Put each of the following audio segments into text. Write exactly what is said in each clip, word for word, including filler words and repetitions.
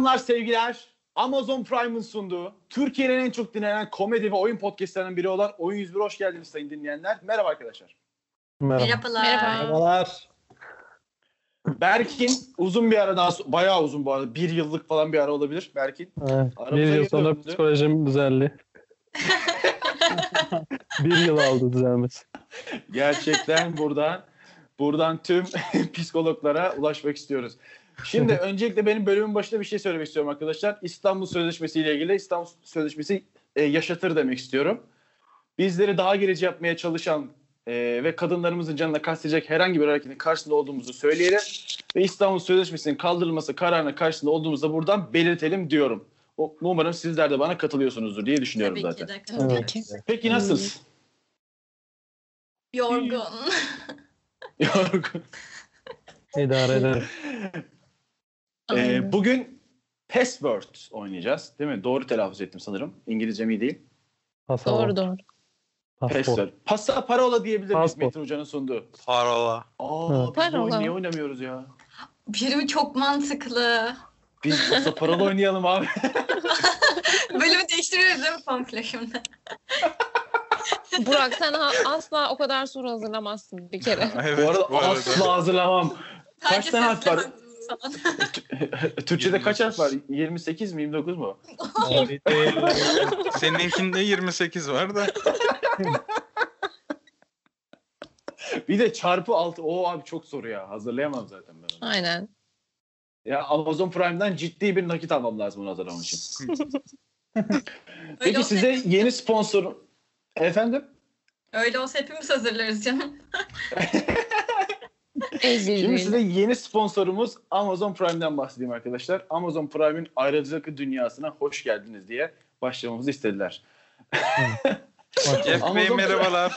Selamlar sevgiler. Amazon Prime'ın sunduğu Türkiye'nin en çok dinlenen komedi ve oyun podcastlarının biri olan Oyun yüz bir hoş geldiniz sayın dinleyenler. Merhaba arkadaşlar. Merhaba. Merhabalar. Merhabalar. Berkin uzun bir ara daha, bayağı uzun bu arada. Bir yıllık falan bir ara olabilir Berkin. Evet, bir Aramıza yıl geri sonra döndü. psikolojim düzeldi. Bir yıl aldı düzelmesi. Gerçekten buradan buradan tüm psikologlara ulaşmak istiyoruz. Şimdi öncelikle benim bölümün başında bir şey söylemek istiyorum arkadaşlar. İstanbul Sözleşmesi ile ilgili İstanbul Sözleşmesi e, yaşatır demek istiyorum. Bizleri daha gerici yapmaya çalışan e, ve kadınlarımızın canına kastedecek herhangi bir hareketin karşısında olduğumuzu söyleyelim. Ve İstanbul Sözleşmesi'nin kaldırılması kararına karşısında olduğumuzu buradan belirtelim diyorum. O, umarım sizler de bana katılıyorsunuzdur diye düşünüyorum Tabii zaten. ki de katılıyorum. Evet. Peki nasılsınız? Yorgun. Yorgun. İdare ederim. Ee, bugün Password oynayacağız. Değil mi? Doğru telaffuz ettim sanırım. İngilizcem iyi değil. Pasaport. Doğru doğru. Pasaport. Password. Pasa parola diyebilir miyiz Passport. Metin Hoca'nın sunduğu? Parola. Aa, Evet. biz bu oyunu Parola. niye oynamıyoruz ya? Bölümü çok mantıklı. Biz pasa parola oynayalım abi. Bölümü değiştiriyoruz değil mi komple şimdi? Burak sen ha- asla o kadar soru hazırlamazsın bir kere. Evet, bu arada asla hazırlamam. Kaç Sadece tane harf var? sesli falan. Türkçe'de kaç harf var? yirmi sekiz mi? yirmi dokuz mu? Seninkinde yirmi sekiz var da. Bir de çarpı altı. Oo abi çok soru ya. Hazırlayamam zaten ben onu. Aynen. Ya Amazon Prime'den ciddi bir nakit almam lazım onu hazırlamak için. Peki olsa size hepimiz- yeni sponsor... Efendim? Öyle olsa hepimiz hazırlarız canım. El Şimdi birliğiyle. size yeni sponsorumuz Amazon Prime'den bahsedeyim arkadaşlar. Amazon Prime'in ayrıcalıklı dünyasına hoş geldiniz diye başlamamızı istediler. Jeff Bey Amazon- merhabalar.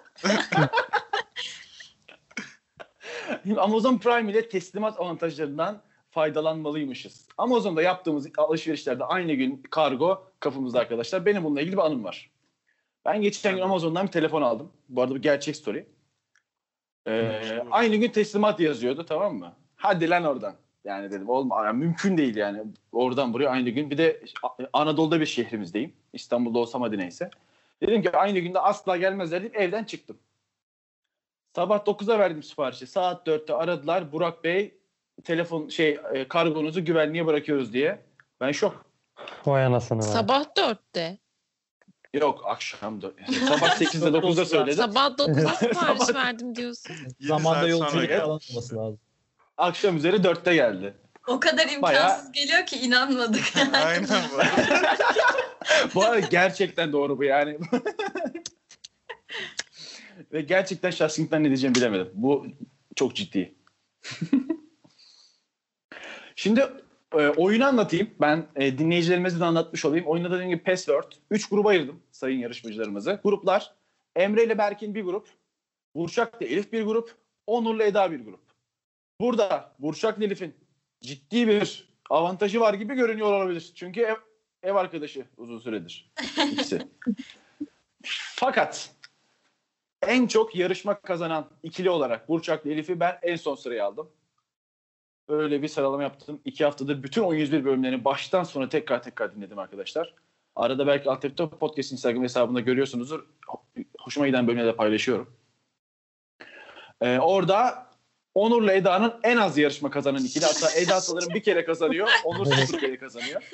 Şimdi Amazon Prime ile teslimat avantajlarından faydalanmalıymışız. Amazon'da yaptığımız alışverişlerde aynı gün kargo kapımızda arkadaşlar. Benim bununla ilgili bir anım var. Ben geçen gün Amazon'dan bir telefon aldım. Bu arada bu gerçek story. Ee, aynı gün teslimat yazıyordu, tamam mı? Hadi lan oradan. Yani dedim olma, yani mümkün değil yani. Oradan buraya aynı gün. Bir de Anadolu'da bir şehrimizdeyim. İstanbul'da olsam hadi neyse. Dedim ki aynı günde asla gelmezler deyip evden çıktım. Sabah dokuza verdim siparişi. Saat dörtte aradılar. Burak Bey telefon şey e, kargonuzu güvenliğe bırakıyoruz diye. Ben şok. Vay anasını. be. Sabah dörtte. Yok akşam dört. Sabah sekizde dokuzda söyledim. Sabah dokuzda sipariş Sabah- verdim diyorsun. Yedi Zamanda saat yolculuk sonra gel. falan olması lazım. Akşam üzeri dörtte geldi. O kadar imkansız Bayağı- geliyor ki inanmadık. Aynen bu arada. Bu arada gerçekten doğru bu yani. Ve gerçekten şahsiyetden ne diyeceğimi bilemedim. Bu çok ciddi. Şimdi e, oyunu anlatayım. Ben e, dinleyicilerimize de anlatmış olayım. Oyunda dediğim gibi Password. Üç gruba ayırdım sayın yarışmacılarımızı. Gruplar Emre ile Berkin bir grup. Burçak ile Elif bir grup. Onur ile Eda bir grup. Burada Burçak ile Elif'in ciddi bir avantajı var gibi görünüyor olabilir. Çünkü ev, ev arkadaşı uzun süredir. İkisi. Fakat en çok yarışma kazanan ikili olarak Burçak'la Elif'i ben en son sıraya aldım. Öyle bir sıralama yaptım. İki haftadır bütün Oyun yüz bir bölümlerini baştan sona tekrar tekrar dinledim arkadaşlar. Arada belki Antep'te Podcast Instagram hesabında görüyorsunuzdur. Hoşuma giden bölümleri de paylaşıyorum. Ee, orada Onur'la Eda'nın en az yarışma kazanan ikili. Hatta Eda sanırım bir kere kazanıyor. Onur sıfır kere kazanıyor.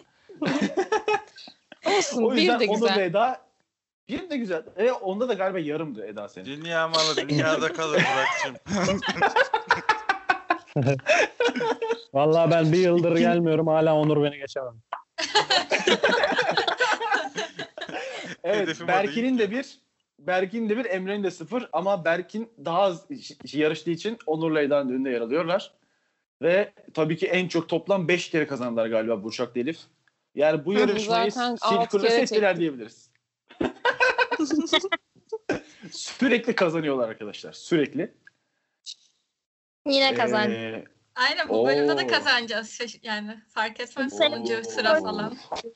Olsun O bir yüzden de Onur'la güzel. Eda bir de güzel. E, onda da galiba yarımdı Eda senin. Dünya malı dünyada kalır Burak'cığım. Vallahi ben bir yıldır gelmiyorum. Hala Onur beni geçemem. Evet, Hedefim o Berkin'in de bir, Berkin'in de bir, Emre'nin de sıfır ama Berkin daha az ş- yarıştığı için Onur'la Eda'nın önünde yer alıyorlar. Ve tabii ki en çok toplam beş kere kazandılar galiba Burçak Elif. Yani bu Hı, yarışmayı zaten altı silkülöse kere ettiler çektik. diyebiliriz. Sürekli kazanıyorlar arkadaşlar. Sürekli. Yine kazandı. Ee, Aynen bu bölümde de Oo. kazanacağız. Şaş- Yani fark etmez Sen- sonuncu sıra falan.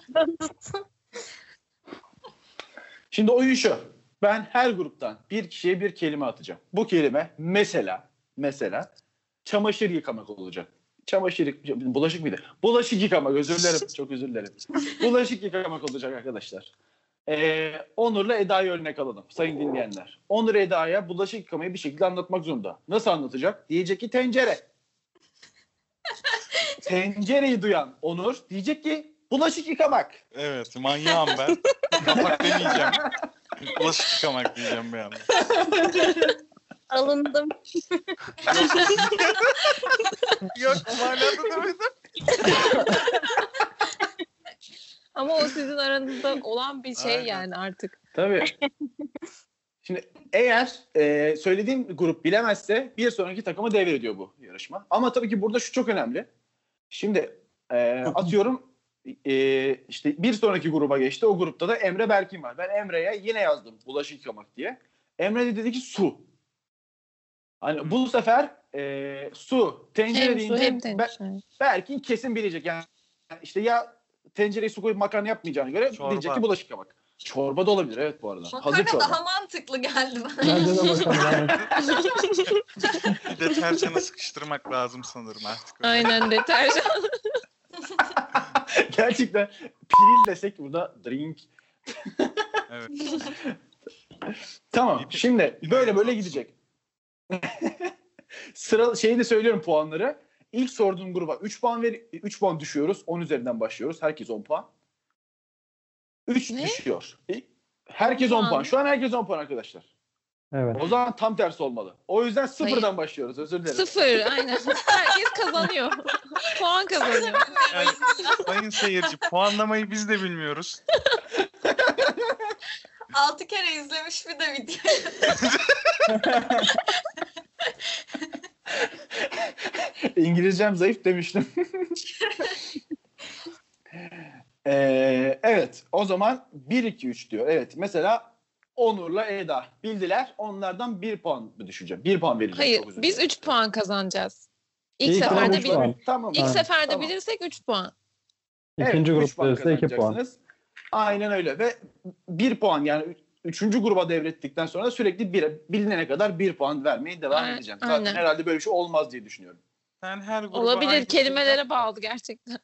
Şimdi oyun şu. Ben her gruptan bir kişiye bir kelime atacağım. Bu kelime mesela mesela çamaşır yıkamak olacak. çamaşır, bulaşık mıydı? Bulaşık yıkamak, özür dilerim. Çok özür dilerim. Bulaşık yıkamak olacak arkadaşlar. Ee, Onur'la Eda'yı örnek alalım sayın dinleyenler. Onur Eda'ya bulaşık yıkamayı bir şekilde anlatmak zorunda. Nasıl anlatacak? Diyecek ki tencere. Tencereyi duyan Onur diyecek ki bulaşık yıkamak. Evet, manyağım ben. Kapak demeyeceğim. Bulaşık yıkamak diyeceğim bir anda. Alındım. Yok, o manada demedim. Ama o sizin aranızda olan bir şey Aynen. yani artık. Tabii. Şimdi eğer e, söylediğim grup bilemezse bir sonraki takıma devrediyor bu yarışma. Ama tabii ki burada şu çok önemli. Şimdi e, atıyorum e, işte bir sonraki gruba geçti. O grupta da Emre Berkin var. Ben Emre'ye yine yazdım bulaşık yıkamak diye. Emre de dedi ki su. Hani bu sefer e, su, tencere Hem su deyince hem Be- tencere. Berkin kesin bilecek. Yani işte ya tencereye su koyup makarna yapmayacağına göre Çorba. diyecek ki bulaşık yıkamak. Çorba da olabilir evet bu arada. Hazır Makarna çorba. daha mantıklı geldi bana. Bence de bakalım. Bir deterjanı sıkıştırmak lazım sanırım artık. Aynen deterjan. Gerçekten piril desek burada drink. Evet. Tamam. Bir- Şimdi bir- böyle bir- böyle gidecek. Sıra şeyi de söylüyorum puanları. İlk sorduğum gruba üç puan ver üç puan düşüyoruz. on üzerinden başlıyoruz. Herkes on puan. üç Ne? düşüyor. Herkes on on puan. puan. Şu an herkes on puan arkadaşlar. Evet. O zaman tam tersi olmalı. O yüzden sıfırdan Hayır. başlıyoruz. Özür dilerim. Sıfır aynen. Herkes kazanıyor. Puan kazanıyor. Yani, sayın seyirci, puanlamayı biz de bilmiyoruz. Altı kere izlemiş bir de video. İngilizcem zayıf demiştim. Ee, evet. O zaman bir iki üç diyor. Evet. Mesela Onur'la Eda bildiler. Onlardan bir puan mı düşeceğim? bir puan vereceğim. Hayır Çok özür biz dilerim. üç puan kazanacağız. İlk İlk seferde tamam, bil- üç puan. Tamam. ilk Ha, seferde tamam. bilirsek üç puan. İkinci Evet, üç grupta ise iki puan. kazanacaksınız. Aynen öyle ve bir puan yani üç- üçüncü gruba devrettikten sonra da sürekli bir, bilinene kadar bir puan vermeye devam Aynen, edeceğim. Zaten aynen. herhalde böyle bir şey olmaz diye düşünüyorum. Sen her gruba Olabilir aynı kelimelere soruyu- bağlı gerçekten.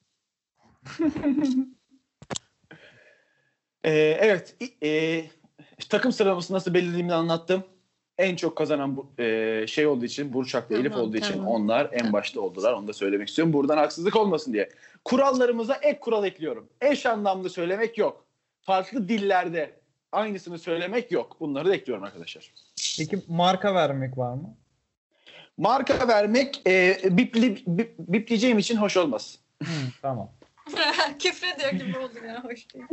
Ee, evet. i- e, takım sıralaması nasıl belirlediğimi anlattım. En çok kazanan bu, e, şey olduğu için, Burçak'la Elif Tamam, olduğu için tamam. onlar en Tamam. başta oldular. Onu da söylemek istiyorum. Buradan haksızlık olmasın diye. Kurallarımıza ek kural ekliyorum. Eş anlamlı söylemek yok. Farklı dillerde aynısını söylemek yok. Bunları da ekliyorum arkadaşlar. Peki marka vermek var mı? Marka vermek e, bipli, bip, bipleyeceğim için hoş olmaz. Hı, tamam. Küfrediyor gibi oldu ya. Hoş değil.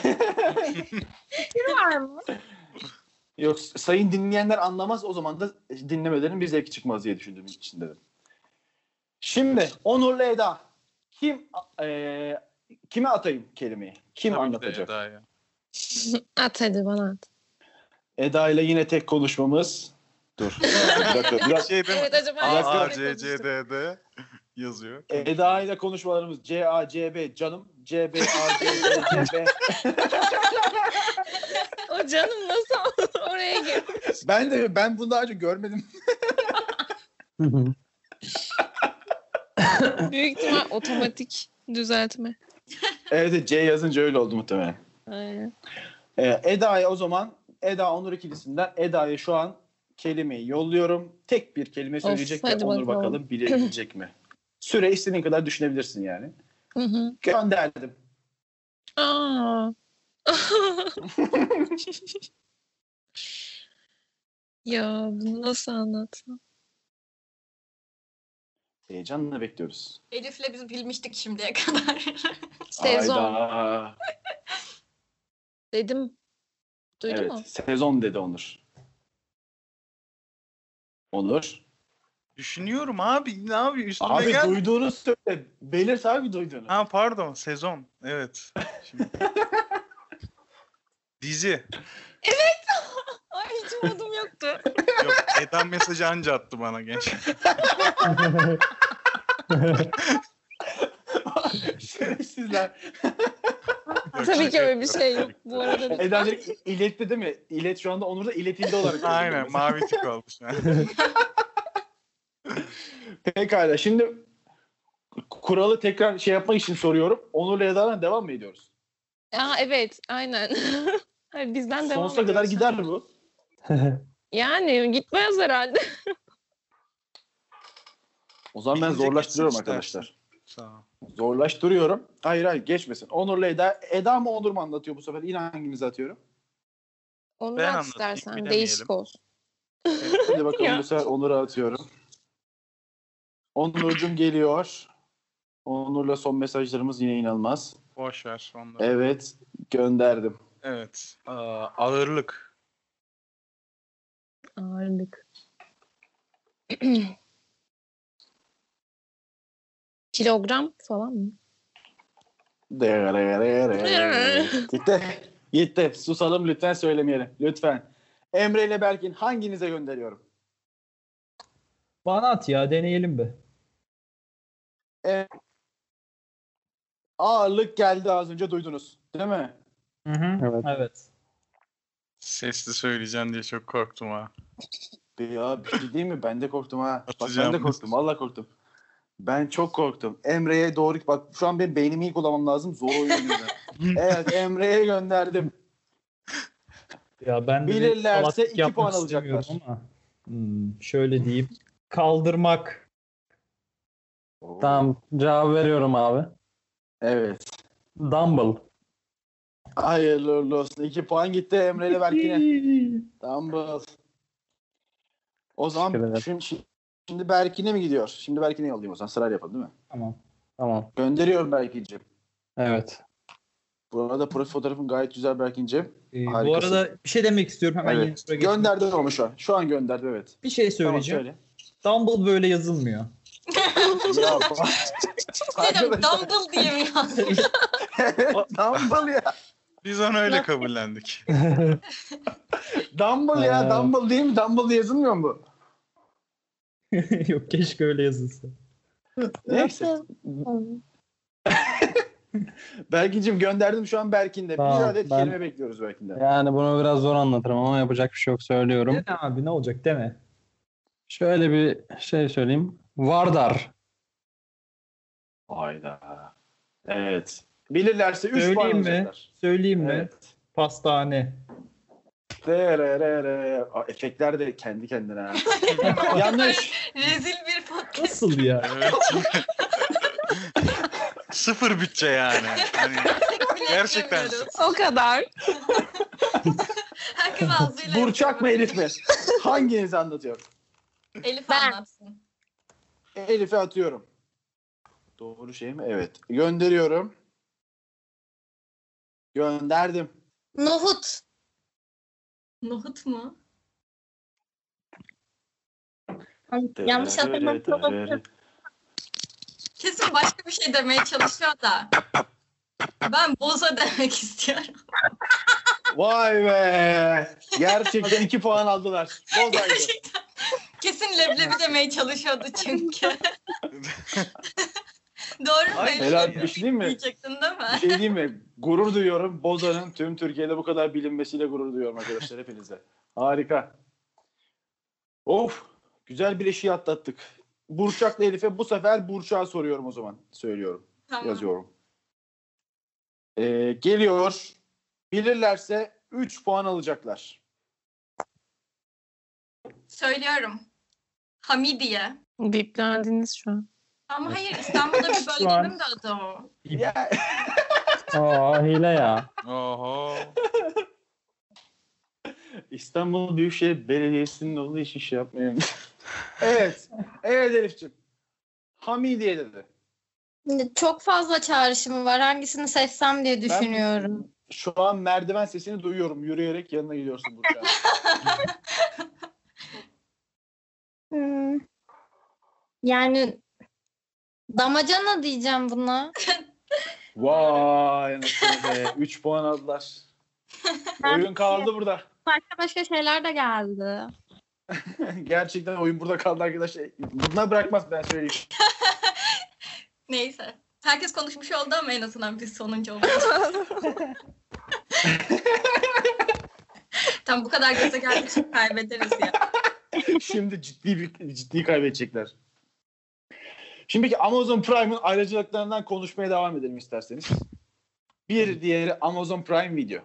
Var mı? Yok sayın dinleyenler anlamaz o zaman da dinlemelerin bir zevki çıkmaz diye düşündüğüm için dedim. Şimdi Onur'la Eda kim e, kime atayım kelimeyi? Kim Tabii ki de anlatacak? Eda'ya. At hadi bana at. Eda ile yine tek konuşmamız. Dur. bir dakika. Biraz Şey değil mi? Evet acaba A, A, hepsini C, C, konuştuk. D, D yazıyor. Eda ile konuşmalarımız C A C B canım C B A C B C B. O canım nasıl oraya gir? Ben de ben bunu daha önce görmedim. Büyük ihtimal otomatik düzeltme. Evet evet, C yazınca öyle oldu muhtemelen. Aynen. Ee, Eda'ya o zaman Eda Onur ikilisinden Eda'ya şu an kelimeyi yolluyorum. Tek bir kelime söyleyecek ve hadi Onur bakalım. bakalım bilebilecek mi? Süre istediğin kadar düşünebilirsin yani. Hı hı. Gönderdim. Aa. Ya bunu nasıl anlatsam? Heyecanla bekliyoruz. Elif'le biz bilmiştik şimdiye kadar. Sezon Hayda. dedim. Duydun Evet, mu? sezon dedi Onur. Onur. Düşünüyorum abi. Ne abi? Üstüme Abi gel. duyduğunu söyle. Belirt abi duyduğunu. Ha pardon. Sezon. Evet. Şimdi... Dizi. Ay hiç umudum yoktu. Yok. Eda mesajı anca attı bana genç. Şerefsizler. Yok, Tabii ki şaka öyle bir yapıyorum. şey yok. Bu arada Eda direkt iletti değil mi? İlet şu anda Onur'da iletildi olarak. Aynen. Mavi tik oldu şu an. Pekala. Şimdi kuralı tekrar şey yapmak için soruyorum. Onur'la Eda'dan devam mı ediyoruz? Aa, evet aynen. Hayır, bizden devam Sonsuza kadar ediyoruz. gider bu. Yani gitmez herhalde. O zaman ben Bilince zorlaştırıyorum gitsin arkadaşlar. Sağ ol. Zorlaştırıyorum. Hayır hayır geçmesin. Onur'la Eda. Eda mı Onur mu anlatıyor bu sefer? Yine hanginizi atıyorum? Onu Ben at anlatayım, istersen. bilemeyelim. Değişik olsun. Hadi bakalım Ya. bu sefer Onur'a atıyorum. Onur'cum geliyor. Onur'la son mesajlarımız yine inanılmaz. Boş ver onları. Evet gönderdim. Evet. Aa, ağırlık. Ağırlık. Kilogram falan mı? Gitti. Gitti. Susalım lütfen söylemeyelim. Lütfen. Emre ile Berkin hanginize gönderiyorum? Bana at ya, deneyelim be. E, ağırlık geldi az önce duydunuz. Değil mi? Hı hı. Evet. Evet. Sesli söyleyeceğim diye çok korktum ha. Ya bir şey değil mi? Ben de korktum ha. Bak ben Atacağım. de korktum. Vallahi korktum. Ben çok korktum. Emre'ye doğru bak şu an benim beynimi iyi kullanmam lazım. Zor oyun Evet Emre'ye gönderdim. Ya ben de bir Bilirlerse salaklık iki yapmak puan alacaklar. istemiyorum ama. Hmm, şöyle diyeyim. Kaldırmak. Tamam cevap veriyorum abi. Evet. Dumble. Hayırlı uğurlu olsun. İki puan gitti Emre ile Berkin'e. Dumble. O zaman Teşekkür ederim. şimdi, şimdi Berkin'e mi gidiyor? Şimdi Berkin'e yollayayım o zaman. Sırayla yapalım değil mi? Tamam. Tamam. Gönderiyorum Berkin'ciğim. Evet. Bu arada profil fotoğrafın gayet güzel Berkin'ciğim. Ee, bu Harikasın. arada bir şey demek istiyorum. Hemen yeni Evet. sıra geçmek. Gönderdim ama şu an. Şu an gönderdim evet. Bir şey Tamam söyleyeceğim. söyle. Dumble böyle yazılmıyor. Ya, Dedim arkadaşlar. Dumble diye mi yazmış? Dumble ya. Biz onu öyle kabullendik. Dumble ya. Ee. Dumble değil mi? Dumble diye yazılmıyor mu bu? Yok, keşke öyle yazılsa. Neyse. Berkin'cim gönderdim şu an Berkin'de. Tamam, bir adet ben- kelime bekliyoruz Berkin'den. Yani bunu biraz zor anlatırım ama yapacak bir şey yok söylüyorum. Ne abi, ne olacak deme. Şöyle bir şey söyleyeyim. Vardar. Hayda. Evet. Bilirlerse üç puan Söyleyeyim mi? alacaklar. Söyleyeyim mi? Evet. Pastane. Dererere. Aa, efektler de kendi kendine. ha. Yanlış. Rezil bir podcast. Nasıl ya? Evet. Sıfır bütçe yani. Hani gerçekten Yapamıyoruz. O kadar. Herkes ağzıyla Burçak mı Elif mi? Hanginizi anlatıyor? Elif Ben. anlatsın. Elif'e atıyorum. Doğru şey mi? Evet. Gönderiyorum. Gönderdim. Nohut. Nohut mu? Yanlış hatırlamış olabilirim. Kesin başka bir şey demeye çalışıyor da. Ben boza demek istiyorum. Vay be. Gerçekten iki puan aldılar. Bozaydı. Gerçekten. Kesin leblebi demeye çalışıyordu çünkü. Doğru mu? Ay, Helal bir şey değil mi? Diyecektin değil Bir mi? şey diyeyim mi? Gurur duyuyorum. Boza'nın tüm Türkiye'de bu kadar bilinmesiyle gurur duyuyorum arkadaşlar hepinize. Harika. Of. Güzel bir eşiği atlattık. Burçak'la Elif'e bu sefer Burçak'a soruyorum o zaman. Söylüyorum. Tamam. Yazıyorum. Ee, geliyor. Bilirlerse üç puan alacaklar. Söylüyorum. Hamidiye. Biplendiniz şu an. Ama hayır, İstanbul'da bir Şu an- bölgenin de adı o. Ya, Aa hile ya. Oho. İstanbul Büyükşehir Belediyesi'nin olduğu için şey yapmayayım. Evet. Evet Elif'ciğim. Hamidiye dedi. Çok fazla çağrışımı var. Hangisini seçsem diye düşünüyorum. Şu an merdiven sesini duyuyorum. Yürüyerek yanına gidiyorsun Burçak'a. Hmm. Yani damacana diyeceğim buna. Vay anasını be. üç puan aldılar. Oyun kaldı burada. Başka başka şeyler de geldi. Gerçekten oyun burada kaldı arkadaşlar. Buna bırakmaz ben söyleyeyim. Neyse. Herkes konuşmuş oldu ama en azından biz sonuncu olduk. Tam bu kadar göze geldik şimdi kaybederiz ya. Şimdi ciddi bir ciddi kaybedecekler. Şimdi peki Amazon Prime'ın ayrıcalıklarından konuşmaya devam edelim isterseniz. Bir diğeri Amazon Prime Video.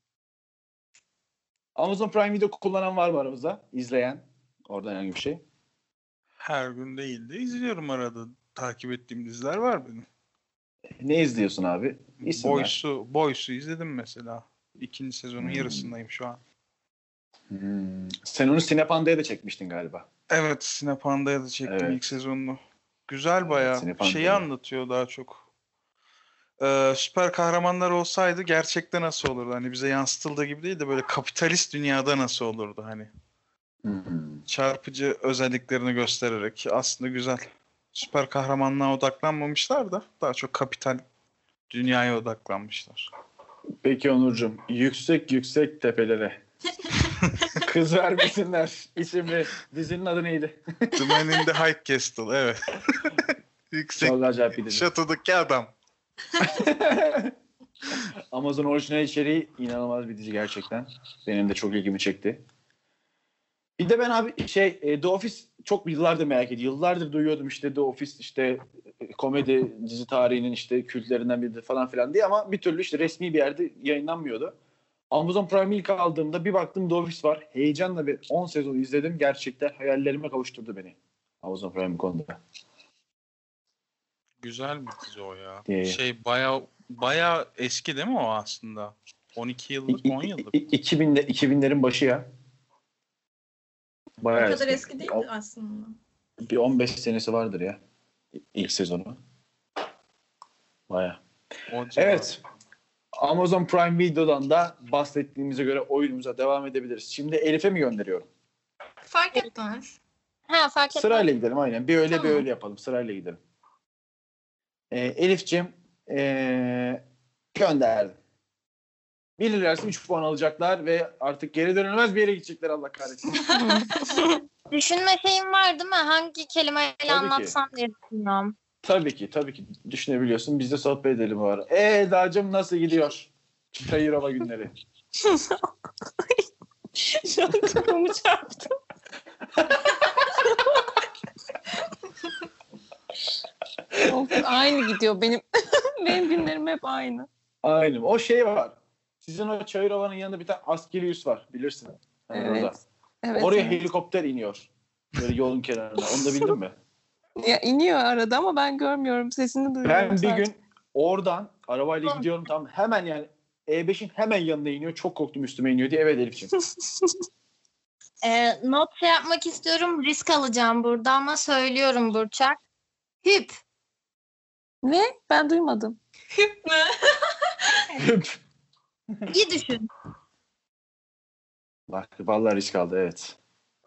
Amazon Prime Video kullanan var mı aramızda? İzleyen. Oradan herhangi bir şey. Her gün değil de izliyorum arada. Takip ettiğim diziler var benim. Ne izliyorsun abi? İsim ver. Boys'u, Boys'u izledim mesela. İkinci sezonun Hmm. yarısındayım şu an. Hmm. Sen onu Sinepanda'ya da çekmiştin galiba. Evet, Sinepanda'ya da çektim Evet. ilk sezonunu. Güzel bayağı. Sinepanda'da. Şeyi anlatıyor daha çok. Ee, süper kahramanlar olsaydı gerçekte nasıl olurdu? Hani bize yansıtıldığı gibi değil de böyle kapitalist dünyada nasıl olurdu hani? Hmm. Çarpıcı özelliklerini göstererek aslında güzel. Süper kahramanlığa odaklanmamışlar da daha çok kapital dünyaya odaklanmışlar. Peki Onurcuğum, yüksek yüksek tepelere. Kız vermesinler isimli dizinin adı neydi? The Man in the High Castle, evet. Yüksek Çok acayip bir dizi. şatodaki adam. Amazon orijinal içeriği inanılmaz bir dizi gerçekten. Benim de çok ilgimi çekti. Bir de ben abi şey e, The Office çok yıllardır merak ediyorum. Yıllardır duyuyordum işte The Office işte e, komedi dizi tarihinin işte kültlerinden biridir falan filan diye ama bir türlü işte resmi bir yerde yayınlanmıyordu. Amazon Prime ilk aldığımda bir baktım The Office var. Heyecanla bir on sezon izledim. Gerçekten hayallerime kavuşturdu beni. Amazon Prime bu konuda. Güzel bir dizi o ya. Diye. Şey baya baya eski değil mi o aslında? on iki yıllık, on yıllık. iki binle, iki binlerin başı ya. O Bayağı kadar eski değil O- aslında. Bir on beş senesi vardır ya. İlk sezonu. Bayağı. O civar. Evet. Amazon Prime Video'dan da bahsettiğimize göre oyunumuza devam edebiliriz. Şimdi Elif'e mi gönderiyorum? Fark etmez. Ha fark etmez. Sırayla gidelim aynen. Bir öyle bir Tamam. öyle yapalım. Sırayla gidelim. Ee, Elif'ciğim ee, gönderdim. Bilirlerse üç puan alacaklar ve artık geri dönülmez bir yere gidecekler Allah kahretsin. Düşünme şeyim var değil mi? Hangi kelimeyle Tabii ki. anlatsam diye düşünüyorum. Tabii ki tabii ki düşünebiliyorsun. Biz de sohbet edelim bu ara. Eee Eda'cığım nasıl gidiyor? Çayırova günleri. Şu an kafamı çarptım. Of, aynı gidiyor benim. Benim günlerim hep aynı. Aynen. O şey var. Sizin o Çayırova'nın yanında bir tane askeri üs var. Bilirsin. Hemen Evet. orada. Evet. Oraya evet. helikopter iniyor. Böyle yolun kenarına. Onu da bildin mi? Ya iniyor arada ama ben görmüyorum. Sesini duyuyorum. Ben bir sadece. gün oradan arabayla gidiyorum tam hemen yani E beşin hemen yanına iniyor. Çok korktum üstüme iniyor diye. Evet Elif'ciğim. Ee, not şey yapmak istiyorum. Risk alacağım burada ama söylüyorum Burçak. Hüp. Ne? Ben duymadım. İyi düşün. Bak vallahi risk aldı evet.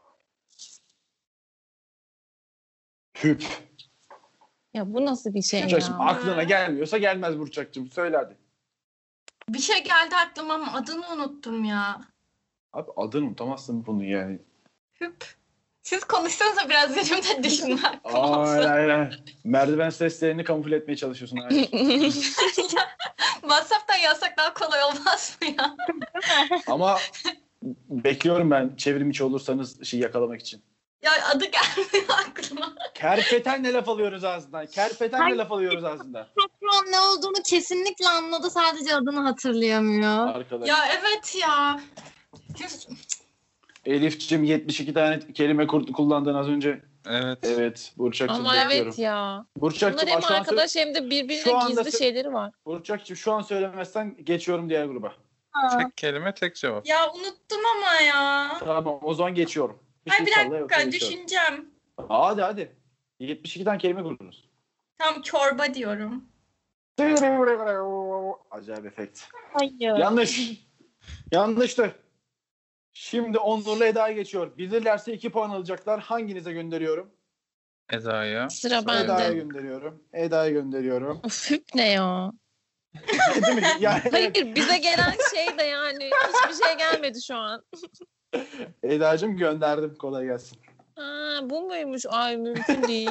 Hüp. Ya bu nasıl bir şey Burçak'cığım ya? aklına gelmiyorsa gelmez Burçak'cığım. Söyle hadi. Bir şey geldi aklıma ama adını unuttum ya. Abi adını unutamazsın bunu yani. Hüp. Siz konuşsanıza biraz benim de düşünmem Aynen aynen. Merdiven seslerini kamufle etmeye çalışıyorsun. Aynen. WhatsApp'tan yazsak daha kolay olmaz mı ya? Ama bekliyorum ben çevrim içi olursanız şey yakalamak için. Ya adı gelmiyor aklıma. Kerpetenle laf alıyoruz ağzından. Kerpetenle Hayır. laf alıyoruz ağzından. Patron ne olduğunu kesinlikle anladı. Sadece adını hatırlayamıyor. Arkadaş. Ya evet ya. Üf, Elif'cim yetmiş iki tane kelime kur- kullandın az önce. Evet. Evet. Burçak'cığım Ama bekliyorum. evet ya. Bunlar Burçak'cığım hem şu an, sö- arkadaş hem de Şu birbirine anda gizli sö- şeyleri var. Burçak'cığım şu an söylemezsen geçiyorum diğer gruba. Tek kelime tek cevap. ya unuttum ama ya. Tamam o zaman geçiyorum. Ay şey bir salla, yoksa dakika geçiyorum. düşüneceğim. Hadi hadi. yetmiş iki tane kelime kurdunuz. Tam çorba diyorum. Acayip efekt. Hayır. Yanlış. Yanlıştı. Şimdi Onur'la Eda'ya geçiyor. Bilirlerse iki puan alacaklar. Hanginize gönderiyorum? Eda'ya. Sıra Eda'ya bende. gönderiyorum. Eda'ya gönderiyorum. Of, hüp ne ya? Değil mi? Yani, Hayır bize gelen şey de yani hiçbir şey gelmedi şu an. Eda'cığım gönderdim. Kolay gelsin. Ha, bu muymuş? Ay mümkün değil.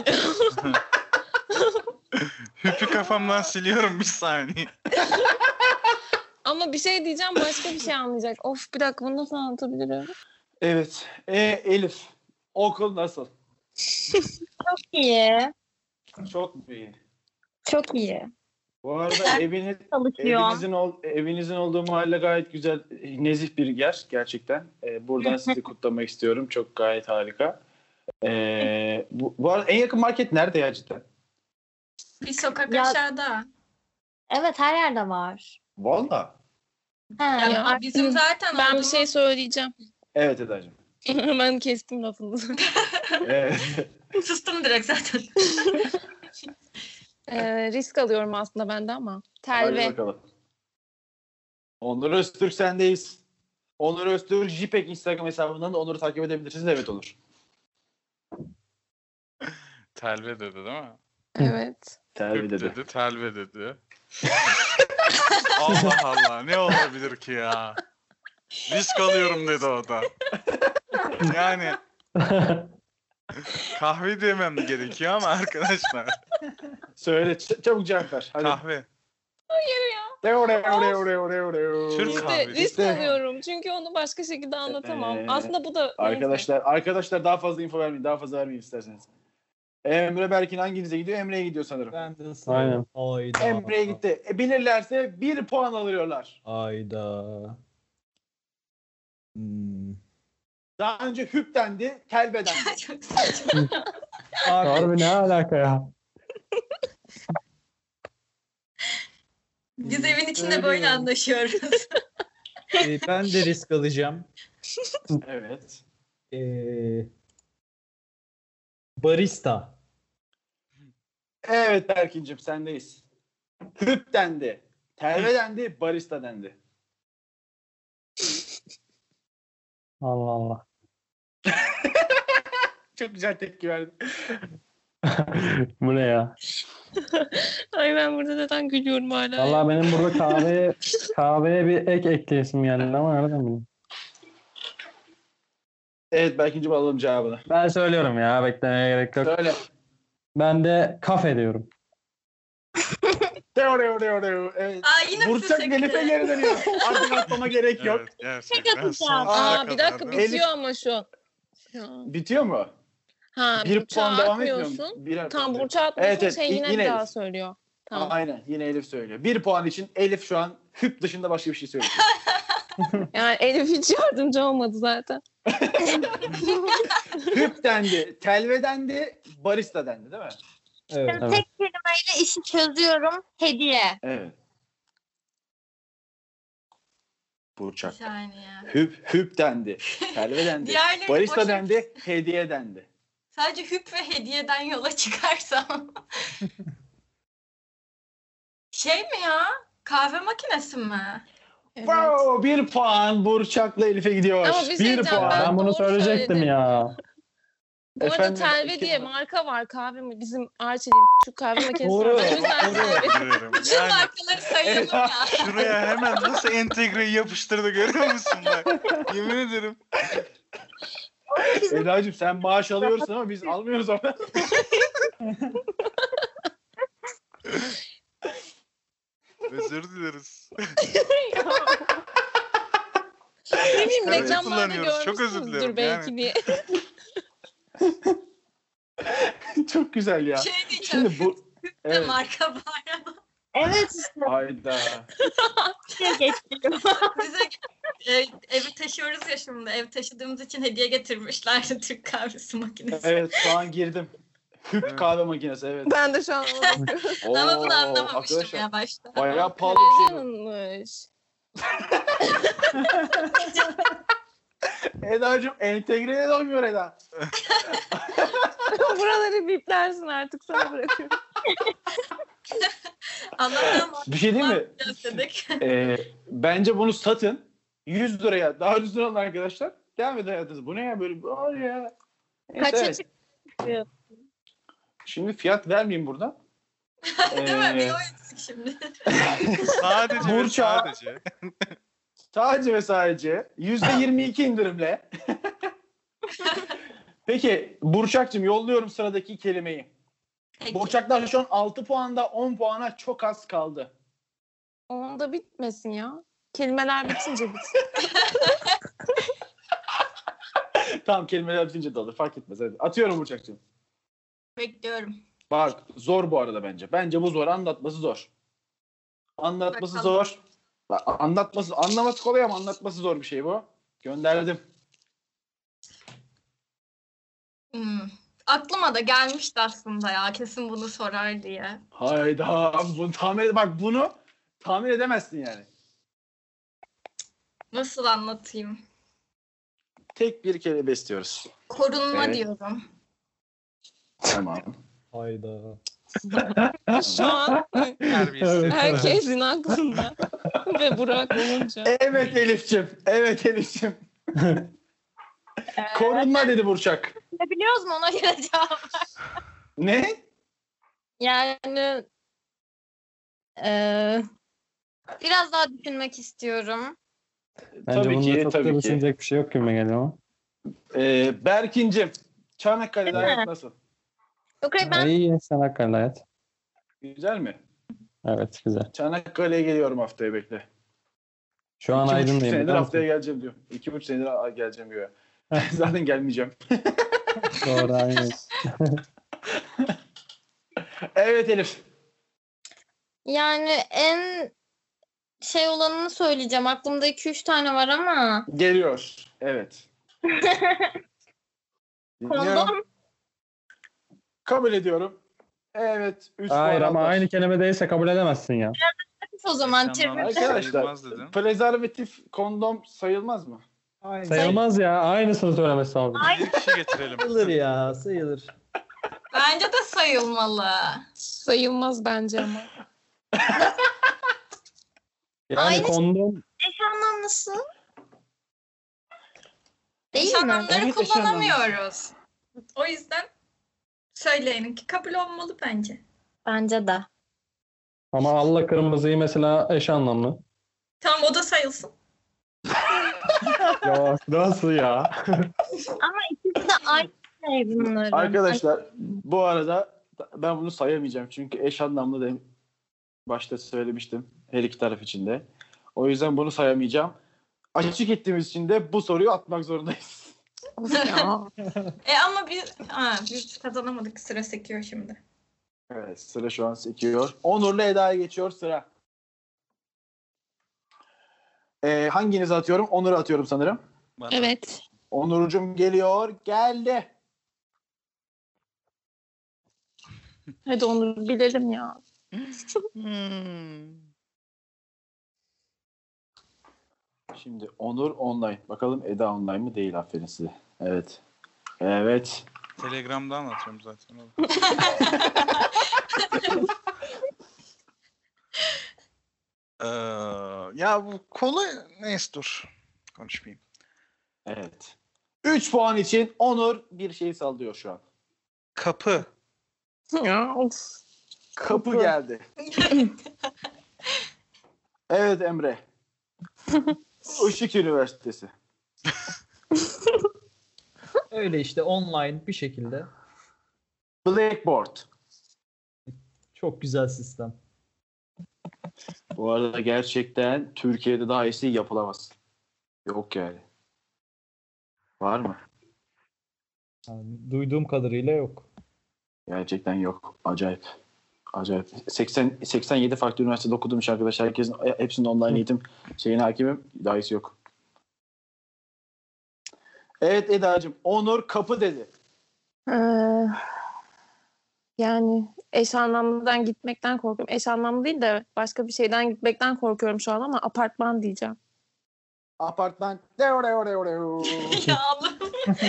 Hüpü kafamdan siliyorum bir saniye. Ama bir şey diyeceğim başka bir şey anlayacak. Of bir dakika bunu nasıl anlatabilirim? Evet. E, Elif. Okul nasıl? Çok iyi. Çok iyi. Çok iyi. Bu arada eviniz, Çalışıyor. evinizin, ol, evinizin olduğu mahalle gayet güzel, nezih bir yer gerçekten. Ee, buradan sizi kutlamak istiyorum. Çok gayet harika. Ee, bu, bu arada en yakın market nerede ya cidden? Bir sokak Ya- aşağıda. Evet, her yerde var. Valla. He, Ya, Ya, bizim zaten Ben bir olduğumuz- şey söyleyeceğim. Evet Eda'cığım. Ben kestim lafınızı. Evet. sustum direkt zaten. Ee, risk alıyorum aslında ben de ama. Hadi Telve. bakalım. Onur Öztürk sendeyiz. Onur Öztürk JPEG Instagram hesabından da Onur'u takip edebilirsiniz. Evet olur. Telve dedi değil mi? Evet. Terbi Hüp dedi. dedi, telve dedi. Allah Allah, ne olabilir ki ya? Risk alıyorum dedi o da. Yani kahve demem gerekiyor ama arkadaşlar. Söyle ç- çabuk cevap ver. Hadi. Kahve. Deo, deo, deo, deo, deo, deo. Türk İşte kahvesi. risk İşte- alıyorum. Çünkü onu başka şekilde anlatamam. Ee, Aslında bu da neyse. Arkadaşlar, arkadaşlar daha fazla info vermeyin. Daha fazla vermeyin isterseniz. Emre Berkin hanginize gidiyor? Emre'ye gidiyor sanırım. Ben de Aynen. Ayda. Emre'ye gitti. E, bilirlerse bir puan alıyorlar. Ayda. Hmm. Daha önce hüp dendi, telbe dendi. Çok saçma. Abi, Harbi ne alaka ya? Biz evin içinde Öyle böyle ya. anlaşıyoruz. e, ben de risk alacağım. Evet. E, barista. Evet Berkin'cim sendeyiz. Hüp dendi, telbe dendi, barista dendi. Allah Allah. Çok güzel tepki verdi. Bu ne ya? Ay ben burada neden gülüyorum hala? Vallahi benim burada kahveye kahveye bir ek ekleyesim geldi ama nereden bileyim. Evet Berkin'cim alalım cevabını. Ben söylüyorum ya, beklemeye gerek yok. Söyle. Ben de kafe diyorum. Deo, deo, deo, deo. Evet. Aa yine Burçak fısık. Elif'e geri dönüyor. Artık atlama gerek yok. Evet, gerçekten. Son atacağım. ana Aa bir kadar dakika da- bitiyor ama şu. Şu. Bitiyor mu? Ha Bir Burçak'a puan devam etmiyor mu? atmıyorsun. Birer Tam puan. Burçak'a atmıyorsun. Evet, evet. Şey Y- yine, yine bir daha Elif. söylüyor. Tamam. Aynen yine Elif söylüyor. Bir puan için Elif şu an hüp dışında başka bir şey söylüyor. Yani Elif hiç yardımcı olmadı zaten. Hüp dendi, telve dendi, barista dendi değil mi? Evet. Evet. Tek kelimeyle işi çözüyorum. Hediye. Evet. Burçak. Bir saniye. Hüp hüp dendi, telve dendi, Diğerleri barista boşa- dendi, hediye dendi. Sadece hüp ve hediyeden yola çıkarsam. Şey mi ya? Kahve makinesi mi? Evet. Wow, bir puan Burçak'la Elif'e gidiyor. Ama bir şey bir diyeceğim, puan. Ben, Ben bunu doğru söyleyecektim söyledim. ya. Bu arada Efendim, Telve iki- diye marka var kahve mi? Bizim Arçelik'in şu kahve makinesi Doğru, var. O yüzden doğru. Telve. Biliyorum. Bütün Yani markaları sayalım ya. şuraya hemen nasıl entegreyi yapıştırdı görüyor musun bak? Yemin ederim. Eda'cığım sen maaş alıyorsun ama biz almıyoruz ama. Özür dileriz. Ne bileyim Telve reklamlarda kullanıyoruz. Çok özür görmüşsünüzdür dilerim belki yani. diye. Çok güzel ya. Şey diyeceğim. Şimdi bu... Hüp de Evet. marka var ama. Evet işte. Hayda. Geçtim. Bize e, evi taşıyoruz ya şimdi. Ev taşıdığımız için hediye getirmişlerdi Türk kahvesi makinesi. Evet şu an girdim. Hüp kahve makinesi evet. Ben de şu an ona bakıyorum. Ama bunu Oo, anlamamıştım arkadaşlar, ya başta. Bayağı pahalı bir şey bu. Televizyonmuş. Eda'cığım entegreye doymuyor Eda. Buraları biplersin artık sana bırakıyorum. Allah'tan Bir şey değil mi? yapacağız dedik. Ee, bence bunu satın. yüz liraya daha düzgün alın arkadaşlar. Devam edin hayatınız. Bu ne ya böyle? Var ya. Neyse, Kaça evet. çıkıyor? Şimdi fiyat vermeyeyim burada. Değil mi? Ee, Bir o eksik şimdi. Sadece ve Burçak. sadece. Sadece ve sadece yüzde yirmi iki indirimle. Peki Burçak'cığım yolluyorum sıradaki kelimeyi. Peki. Burçaklar şu an altı puanda on puana çok az kaldı. Onda bitmesin ya. Kelimeler bitince bitsin. Tamam kelimeler bitince de olur fark etmez. Hadi. Atıyorum Burçak'cığım. Bekliyorum. Bak zor bu arada bence. Bence bu zor. Anlatması zor. Anlatması Bakalım. zor. Bak, anlatması, anlaması kolay ama anlatması zor bir şey bu. Gönderdim. Hmm. Aklıma da gelmişti aslında ya. Kesin bunu sorar diye. Hayda. Bunu tahmin ed- Bak bunu tahmin edemezsin yani. Nasıl anlatayım? Tek bir kelime istiyoruz. Korunma Evet. diyorum. Tamam. Hayda. Şu an Terbiyesiz. herkesin aklında. Ve Burak olunca. Evet Elif'ciğim. Evet Elif'ciğim. Korunma dedi Burçak. Ne biliyoruz mu ona göre cevap? Ne? Yani eee, biraz daha düşünmek istiyorum. Bence Tabii bunda ki, çok tabii da ki. düşünecek bir şey yok gibi geliyor ama. Ee, Berkin'cim. Çanakkale'de Değil mi? hayat nasıl? Yok hayır, ben İyi, Çanakkale hayat. Güzel mi? Evet, güzel. Çanakkale'ye geliyorum haftaya bekle. Şu an İki buçuk Aydın'dayım. senedir biliyor haftaya musun? geleceğim diyor. İki buçuk senedir a- geleceğim diyor. Zaten gelmeyeceğim. Doğru, aynen. Evet Elif. yani en şey olanını söyleyeceğim. Aklımda iki üç tane var ama. Geliyor. Evet. Dinliyorum. Kondom. Kabul ediyorum. Evet. Üç Hayır puan ama aldılar. aynı kelime değilse kabul edemezsin ya. O zaman Yaşananlar çevir. Arkadaşlar, sayılmaz dedin. Prezervatif kondom sayılmaz mı? Aynen. Sayılmaz ya. Aynısını söylemesi lazım. Bir kişi getirelim. Sayılır ya, sayılır. Bence de sayılmalı. Sayılmaz bence ama. Yani Aynı- kondom Eş anlamlısı. Değil İş mi? anlamları Evet, eş kullanamıyoruz. O yüzden söyleyenin ki kabul olmalı bence. Bence de. ama alla kırmızıyı mesela eş anlamlı. Tamam o da sayılsın. Ya nasıl ya? Ama ikisi de aynı şey bunların. Arkadaşlar bu arada ben bunu sayamayacağım. Çünkü eş anlamlı da başta söylemiştim. Her iki taraf için de. O yüzden bunu sayamayacağım. Açık ettiğimiz için de bu soruyu atmak zorundayız. Of ya. E ama biz, ha, biz kazanamadık. Sıra sekiyor şimdi. Evet, sıra şu an sekiyor. Onur'la Eda'ya geçiyor sıra. Ee, hanginizi atıyorum? Onur'u atıyorum sanırım. Bana. Evet. Onur'cum geliyor. Geldi. Hadi onu bilelim ya. Hmm. Şimdi Onur online. Bakalım Eda online mı? Değil, aferin size. Evet. Evet. Telegram'dan atıyorum zaten. oğlum. Ee, ya bu kolay. Neyse dur. Konuşmayayım. Evet. üç puan için Onur bir şey sallıyor şu an. Kapı. Ya of. Kapı Kapı. geldi. Evet Emre. Işık Üniversitesi. Öyle işte, online bir şekilde. Blackboard. Çok güzel sistem. Bu arada gerçekten Türkiye'de daha iyisi yapılamaz. Yok yani. Var mı? Yani duyduğum kadarıyla yok. Gerçekten yok. Acayip. Acayip. seksen seksen yedi farklı üniversitede okudum iş arkadaşlar. Herkesin hepsinin online eğitim şeyine hakimim. Daha iyisi yok. Evet Eda'cığım. Onur kapı dedi. Ee, yani eş anlamlıdan gitmekten korkuyorum. Eş anlamlı değil de başka bir şeyden gitmekten korkuyorum şu an ama apartman diyeceğim. Apartman. Deo, deo, deo, deo. Ya Allah'ım.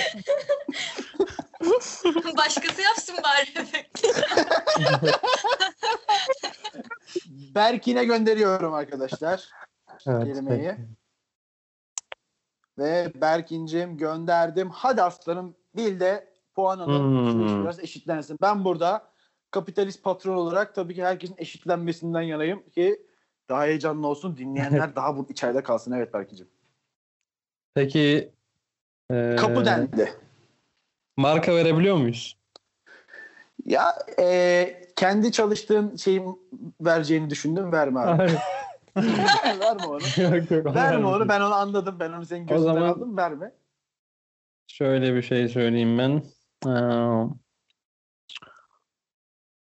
Başkası yapsın bari efekti. Berkin'e gönderiyorum arkadaşlar. Evet. Kelimeyi. peki. Ve Berkin'cim gönderdim. Hadi aslanım bil de puan alın. Hmm. Şu iş biraz eşitlensin. Ben burada kapitalist patron olarak tabii ki herkesin eşitlenmesinden yanayım ki daha heyecanlı olsun. Dinleyenler daha bu içeride kalsın. Evet Berkin'cim. Peki e, Kapı dendi. marka verebiliyor muyuz? Ya e, kendi çalıştığın şeyin vereceğini düşündüm. Verme abi. Hayır. Verme onu. Yok yok. onu Verme vermeyeyim. onu. Ben onu anladım. Ben onu senin gözünden zaman- aldım. Verme. Şöyle bir şey söyleyeyim ben. Ee,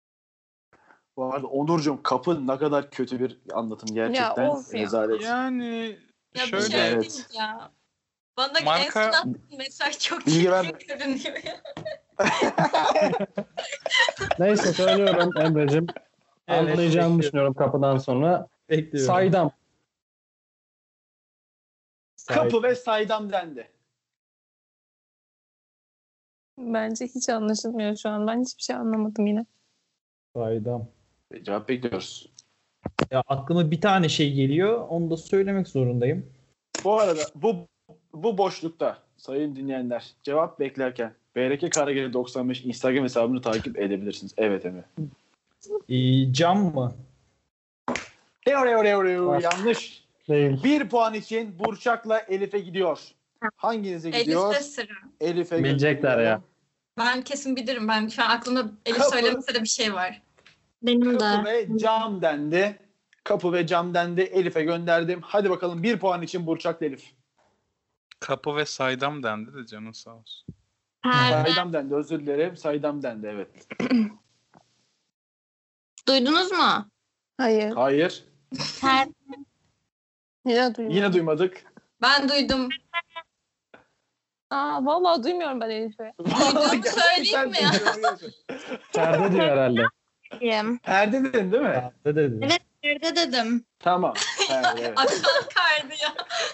Bu arada Onurcuğum kapı ne kadar kötü bir anlatım gerçekten. Ya of ya. Rezalet. Yani Ya bir şöyle şey Evet. değil ya. Bana Marka- en son attığın mesaj çok Bilgi iyi verme. görünüyor ya. Neyse söylüyorum Emre'cim. Evet, Anlayacağımı bekliyorum. düşünüyorum kapıdan sonra. Bekliyorum. Saydam. Say- Kapı ve saydam dendi. Bence hiç anlaşılmıyor şu an. Ben hiçbir şey anlamadım yine. Saydam. Cevap bekliyoruz. Ya aklıma bir tane şey geliyor. Onu da söylemek zorundayım. Bu arada bu bu boşlukta sayın dinleyenler cevap beklerken B R K Karageli doksan beş Instagram hesabını takip edebilirsiniz. Evet Emre. Ee, cam mı? Reo, reo, reo, reo. Bak. Yanlış. Değil. Bir puan için Burçak'la Elif'e gidiyor. Hanginize gidiyor? Elif'te sıra. Elif'e Bilecekler gönderiyorum. ya. Ben kesin bilirim. Ben şu an aklımda Elif Kapı. söylemese de bir şey var. Benim Kapı de. ve cam dendi. Kapı ve cam dendi. Elif'e gönderdim. Hadi bakalım bir puan için Burçak'la Elif. kapı ve saydam dendi de canın sağ olsun. Perde. Saydam dendi. Özür dilerim. Saydam dendi. Evet. Duydunuz mu? Hayır. Hayır. Perde. Yine duymadım. Yine duymadık. Ben duydum. Aa, vallahi duymuyorum ben Elif'i. Duyduğumu söyleyeyim mi ya? Perde diyor herhalde. diyeyim. Perde dedin değil mi? Ne dedi? Evet. Perde dedim. Tamam. Perde, evet. Akşam kaydı ya.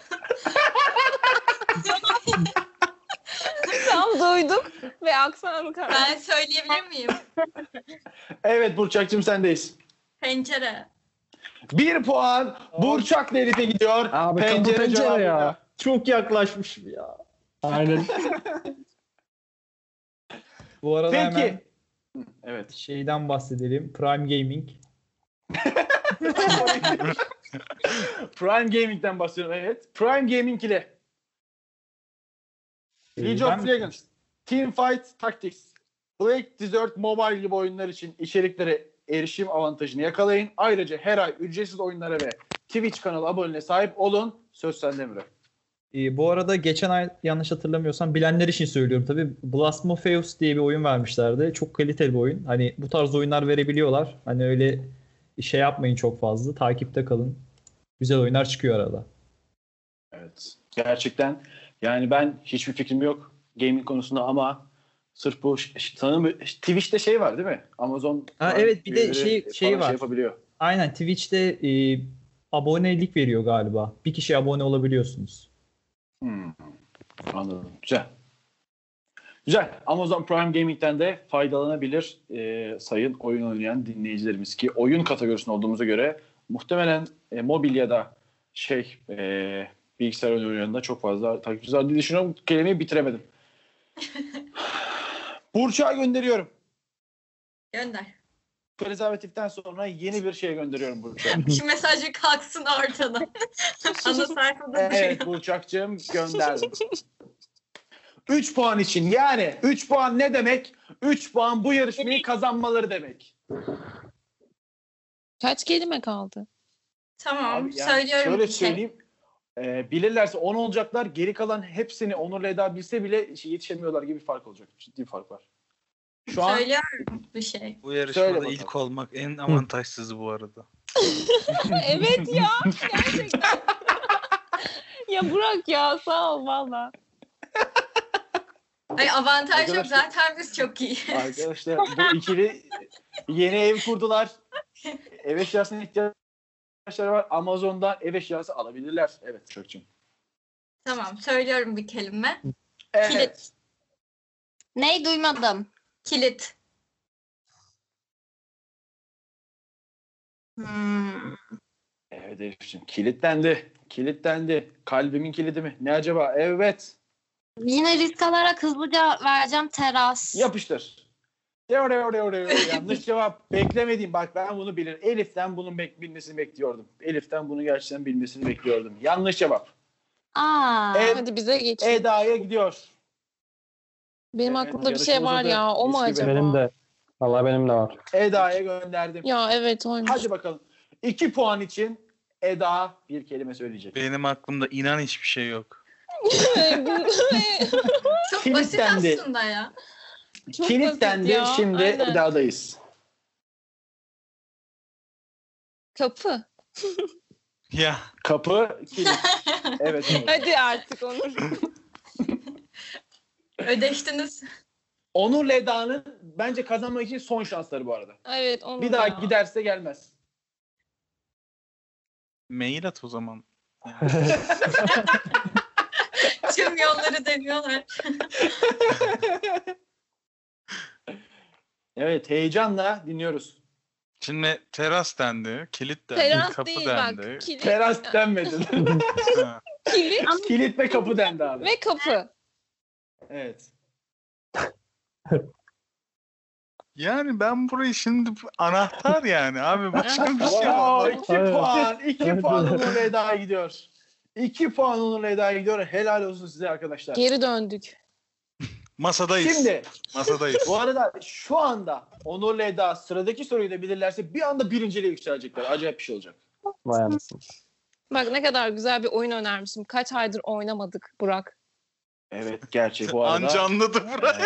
Tam duyduk ve aksanı kaldı. Ben söyleyebilir miyim? Evet Burçak'cığım sendeyiz. Pencere. Bir puan Burçak'la Elif'e gidiyor. Abi kapı pencere cevabıyla. ya. Çok yaklaşmışım ya. Aynen. Bu arada hemen Peki. Evet. şeyden bahsedelim. Prime Gaming. Prime Gaming'den bahsediyorum evet. Prime Gaming ile Ee, League of ben- Legends, Teamfight Tactics, Black Desert Mobile gibi oyunlar için içeriklere erişim avantajını yakalayın. Ayrıca her ay ücretsiz oyunlara ve Twitch kanalı aboneliğine sahip olun. Söz sende Emre. Ee, bu arada geçen ay yanlış hatırlamıyorsam bilenler için söylüyorum tabii. Blasphemous diye bir oyun vermişlerdi. Çok kaliteli bir oyun. Hani bu tarz oyunlar verebiliyorlar. Hani öyle şey yapmayın çok fazla. Takipte kalın. Güzel oyunlar çıkıyor arada. Evet. Gerçekten yani ben hiçbir fikrim yok gaming konusunda ama sırf bu ş- ş- sanırım Twitch'te şey var değil mi? Amazon Ha, Prime evet, bir de üyeleri şey- falan şey var. yapabiliyor. Aynen Twitch'te e, abonelik veriyor galiba. Bir kişi abone olabiliyorsunuz. Hmm. Anladım. Güzel. Güzel. Amazon Prime Gaming'den de faydalanabilir e, sayın oyun oynayan dinleyicilerimiz ki oyun kategorisinde olduğumuza göre muhtemelen e, mobil ya da şey e, bilgisayar oyunu oynayanında çok fazla takipçiler var diye düşünüyorum. Kelimeyi bitiremedim. Burçak'a gönderiyorum. Gönder. Prezervatiften sonra yeni bir şey gönderiyorum Burçak'a. Şu mesajı kalksın ortadan. Ana sayfada Evet Burçak'cığım gönderdim. üç puan için yani üç puan ne demek? üç puan bu yarışmayı kazanmaları demek. Kaç kelime kaldı? Tamam. Abi yani söylüyorum şöyle bir şey. söyleyeyim. E, bilirlerse on olacaklar. Geri kalan hepsini Onur'la Eda bilse bile şey, yetişemiyorlar gibi bir fark olacak. Ciddi bir fark var. Şu an Söylüyorum bir şey. Bu Söyle yarışmada bakalım. ilk olmak en avantajsızı bu arada. Evet ya. Gerçekten. Ya Burak ya sağ ol valla. Ay avantaj yok Arkadaşlar- zaten biz çok iyi. arkadaşlar bu ikili yeni ev kurdular. Ev eşyasına ihtiyaçları var. Amazon'dan ev eşyası alabilirler. Evet Çökçüm. Tamam söylüyorum bir kelime. Evet. Kilit. Ney duymadım. Kilit. Hmm. Evet Elif'ciğim. Kilitlendi. Kilitlendi. Kalbimin kilidi mi? Ne acaba? Evet. Yine risk alarak hızlıca vereceğim teras. Yapıştır. Deo, deo, deo, deo. Yanlış cevap. Beklemediğim. Bak ben bunu bilir. Elif'ten bunun bek- bilmesini bekliyordum. Elif'ten bunu gerçekten bilmesini bekliyordum. Yanlış cevap. Aa. Evet. Hadi bize geç. Eda'ya gidiyor. Benim Evet, aklımda bir şey yarışma var uzadı. ya. O mu Mis gibi. acaba? Benim de. Vallahi benim de var. Eda'ya gönderdim. Ya evet oymuş. Hadi bakalım. İki puan için Eda bir kelime söyleyecek. Benim aklımda inan hiçbir şey yok. Çok Kilitlendi. basit aslında ya. Çok Kilitlendi. basit ya, Şimdi aynen. Eda'dayız. Kapı. Ya Kapı, kilit. Evet. Onur. Hadi artık Onur. Ödeştiniz. Onur'la Eda'nın bence kazanmak için son şansları bu arada. Evet Onur Bir daha ya. giderse gelmez. mail at o zaman. Tüm yolları deniyorlar. Evet, heyecanla dinliyoruz. Şimdi teras dendi, kilit dendi, Teras kapı değil dendi. bak. Kilit, Teras denmedi. Ha. kilit Kilit ve kapı dendi abi. ve kapı. Evet. Yani ben burayı şimdi anahtar yani abi başka bir şey Wow, yok. iki Evet. puan. iki Evet. puan Onur'la Eda'ya gidiyor. iki puan Onur'la Eda'ya gidiyor. Helal olsun size arkadaşlar. Geri döndük. Masadayız. Şimdi Masadayız. bu arada şu anda Onur'la Eda sıradaki soruyu da bilirlerse bir anda birinciliğe yükselecekler. Acayip bir şey olacak. Vay anasını. Bak ne kadar güzel bir oyun önermişim. Kaç aydır oynamadık Burak. Evet, gerçek bu arada. Anca anladı burayı.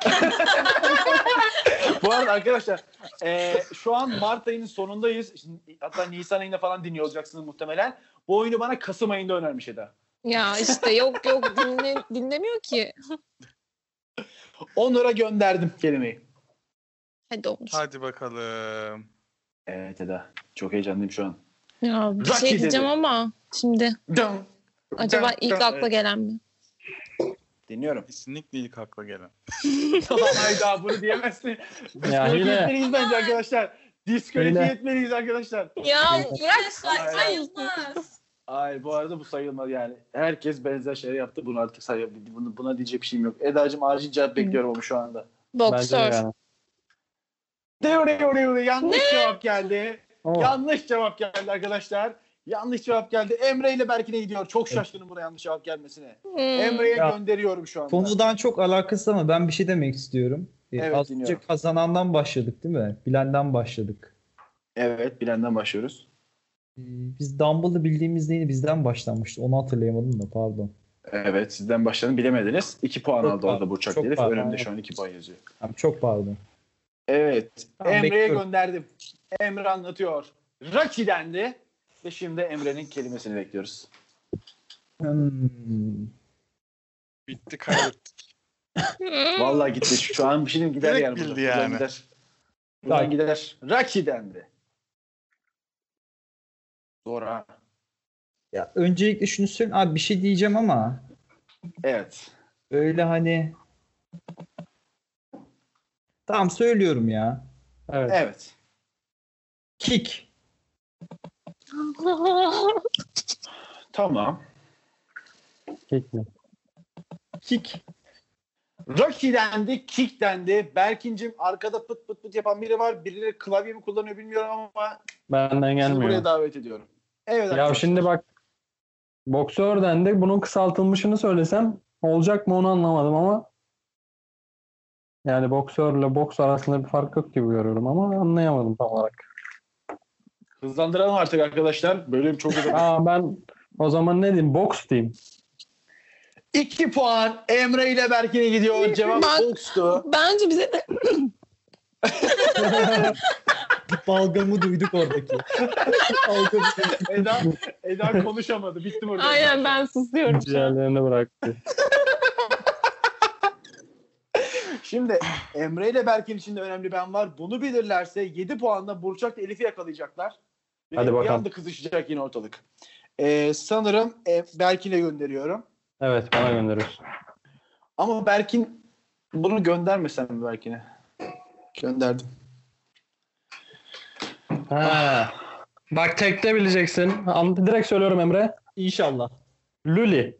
Bu arada arkadaşlar e, şu an Mart ayının sonundayız. Şimdi, hatta Nisan ayında falan dinliyor olacaksınız muhtemelen. Bu oyunu bana Kasım ayında önermiş Eda. Ya işte yok yok dinle, dinlemiyor ki. Onur'a gönderdim kelimeyi. Hadi Onur. Hadi bakalım. Evet Eda. Çok heyecanlıyım şu an. Ya bir Rocky şey dedi. diyeceğim ama şimdi Dın, acaba dın, ilk dın. akla Evet, gelen mi? dinliyorum. Kesinlikle ilk akla gelen. Hayda bunu diyemezsin. Ya Diskalifiye yine- etmeliyiz bence arkadaşlar. Diskalifiye Yine- etmeliyiz arkadaşlar. Ya bırak Hayır. Sayılmaz. Hayır bu arada bu sayılmaz yani. Herkes benzer şeyler yaptı. Bunu artık sayabilir. Bunu, buna diyecek bir şeyim yok. Eda'cığım acil cevap bekliyorum ama şu anda. Bence de boksör. yani. Deure, deure, deure. Yanlış cevap geldi. Oh. Yanlış cevap geldi arkadaşlar. Yanlış cevap geldi. Emre ile Berkin'e gidiyor. Çok şaşkınım buna yanlış cevap gelmesine. Hmm. Emre'ye Ya, gönderiyorum şu anda. Konudan çok alakasız ama ben bir şey demek istiyorum. Ee, Evet, Az dinliyorum. önce kazanandan başladık değil mi? Bilenden başladık. Evet, bilenden başlıyoruz. Ee, Biz Dumble'ı bildiğimiz neydi? Bizden başlanmıştı. Onu hatırlayamadım da pardon. Evet, sizden başladım bilemediniz. iki puan Çok aldı orada pardon, Burçak çok Elif. pardon. Önümde şu an iki puan yazıyor. Tamam, çok pardon. Evet, Tamam, Emre'ye bekliyorum. gönderdim. Emre anlatıyor. Rocky dendi. Ve şimdi Emre'nin kelimesini bekliyoruz. Hmm. Bitti kaybettik. Vallahi gitti. Şu an bir şeyin gider Direkt yani. bildi buradan. Buradan yani. gider. Buradan Tamam. gider. Rocky dendi. Sonra. Ya öncelikle şunu söyleyeyim. Abi bir şey diyeceğim ama Evet. öyle hani tamam söylüyorum ya. Evet. Evet. Kick. Tamam. Kick mi? Kick. Rocky dendi, kick dendi. Berkin'cim arkada pıt pıt pıt yapan biri var. Birileri klavye mi kullanıyor bilmiyorum ama Benden sizi gelmiyor. buraya davet ediyorum. Evet Ya arkadaşlar. şimdi bak boksör dendi. Bunun kısaltılmışını söylesem olacak mı onu anlamadım ama yani boksörle boks arasında bir fark yok gibi görüyorum ama anlayamadım tam olarak. Hızlandıralım artık arkadaşlar. Bölüm çok uzun. Aa ben o zaman ne diyeyim? Boks diyeyim. İki puan Emre ile Berkin'e gidiyor. Cevap Bak- bokstu. Bence bize de Balgamı duyduk oradaki. Balgamı duyduk. Eda, Eda konuşamadı. Bitti burada. aynen ben susuyorum şu an. Ciğerlerini bıraktı. Şimdi Emre ile Berkin için de önemli ben var. Bunu bilirlerse yedi puanla Burçak da Elif'i yakalayacaklar. Ve Hadi bir bakalım. anda kızışacak yine ortalık. Ee, sanırım e, Berkin'e gönderiyorum. Evet bana gönderiyorsun. Ama Berkin bunu göndermesem mi Berkin'e? Gönderdim. Ha. Bak tekte bileceksin. An- Direkt söylüyorum Emre. İnşallah. Luli.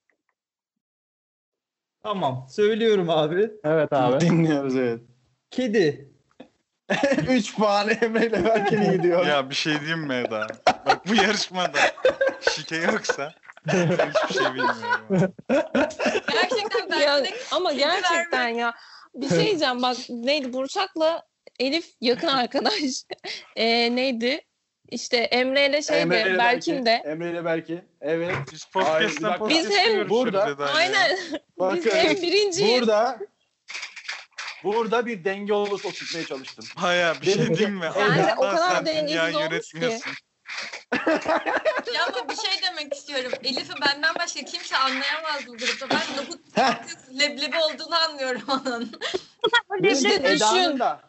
Tamam. Söylüyorum abi. Evet abi. Dinliyoruz evet. Kedi. üç puan Emre ile Berkin'e gidiyor. Ya bir şey diyeyim mi Eda? Bak bu yarışmada şike yoksa hiçbir şey bilmiyorum. Gerçekten ben Ya, de ama kedi gerçekten vermek- ya. Bir şey diyeceğim bak neydi Burçak'la Elif yakın arkadaş. Ee, neydi? İşte Emre ile şeydi Emre ile Berkin de. Emre ile Berkin. Evet. Biz Hayır, bir podcast'ten dakika. podcast'a Biz hem görüşürüz burada- Eda'yla. Aynen. Bakın Biz hem birinci. burada burada bir denge olursa oturtmaya çalıştım. Baya bir şey diyeyim mi? Bence o Allah'tan kadar sen dengesiz dünyayı olmuş yönetmiyorsun. Ya ama bir şey demek istiyorum. Elif'i benden başka kimse anlayamaz bu grupta. Ben nohut Heh. kız leblebi olduğunu anlıyorum onun. İşte Eda'nın düşün. da.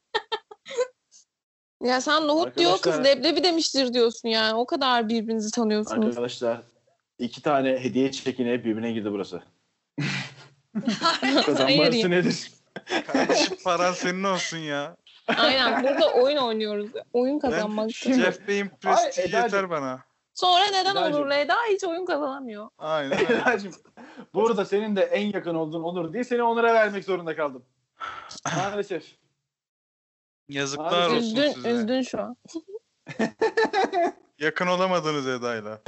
Ya sen nohut diyor kız Arkadaşlar- leblebi demiştir diyorsun yani. O kadar birbirinizi tanıyorsunuz. Arkadaşlar iki tane hediye çekine birbirine girdi burası. Kazanma Hayır arası ya. nedir? Kardeşim paran senin olsun ya. Aynen burada oyun oynuyoruz. Oyun Ben kazanmak için. Jeff Bey'in prestiji Eda'cığım. yeter bana. Sonra neden Eda'cığım. Onur Leyda hiç oyun kazanamıyor? Aynen öyle. Eda'cığım, burada senin de en yakın olduğun Onur değil, seni Onur'a vermek zorunda kaldım. Maalesef. Yazıklar Abi, olsun Üzdün, size. üzdün şu an. Yakın olamadınız Eda'yla.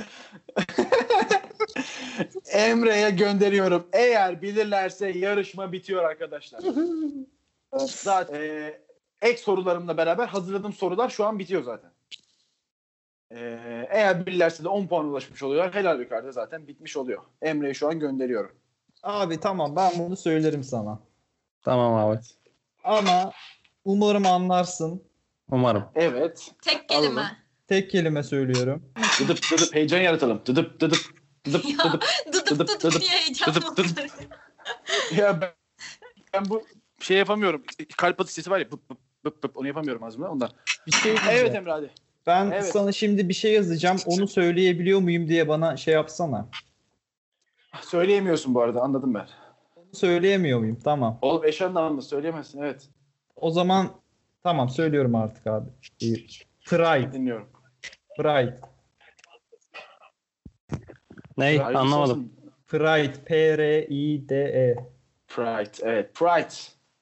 Emre'ye gönderiyorum. Eğer bilirlerse yarışma bitiyor arkadaşlar. Zaten e, ek sorularımla beraber hazırladığım sorular şu an bitiyor zaten. E, eğer bilirlerse de on puan ulaşmış oluyor. Helal yukarıda zaten bitmiş oluyor. Emre'yi şu an gönderiyorum. Abi tamam, ben bunu söylerim sana. Tamam abi. Ama umarım anlarsın. Umarım. Evet. Tek Alalım. kelime. Tek kelime söylüyorum. Dıdıp dıdıp heyecan yaratalım. Dıdıp dıdıp dıdıp Ya, dıdıp. Dıdıp Dıdıp dıdıp dıdıp diye heyecan dıdıp dıdıp. var. Ya ben, ben bu şey yapamıyorum. Kalp atış sesi var ya. Bıp bıp bıp bıp. Onu yapamıyorum ağzımda ondan. Bir şey diyeceğim. Evet Emre hadi. Ben Evet. sana şimdi bir şey yazacağım. Onu söyleyebiliyor muyum diye bana şey yapsana. Söyleyemiyorsun bu arada, anladım ben. Onu söyleyemiyor muyum? Tamam. Oğlum eş anlamlı söyleyemezsin, evet. O zaman tamam, söylüyorum artık abi. Pride. Dinliyorum. Pride. Ney? Hayırlısı Anlamadım. olsun. Pride. P R I D E. Pride, evet. Pride.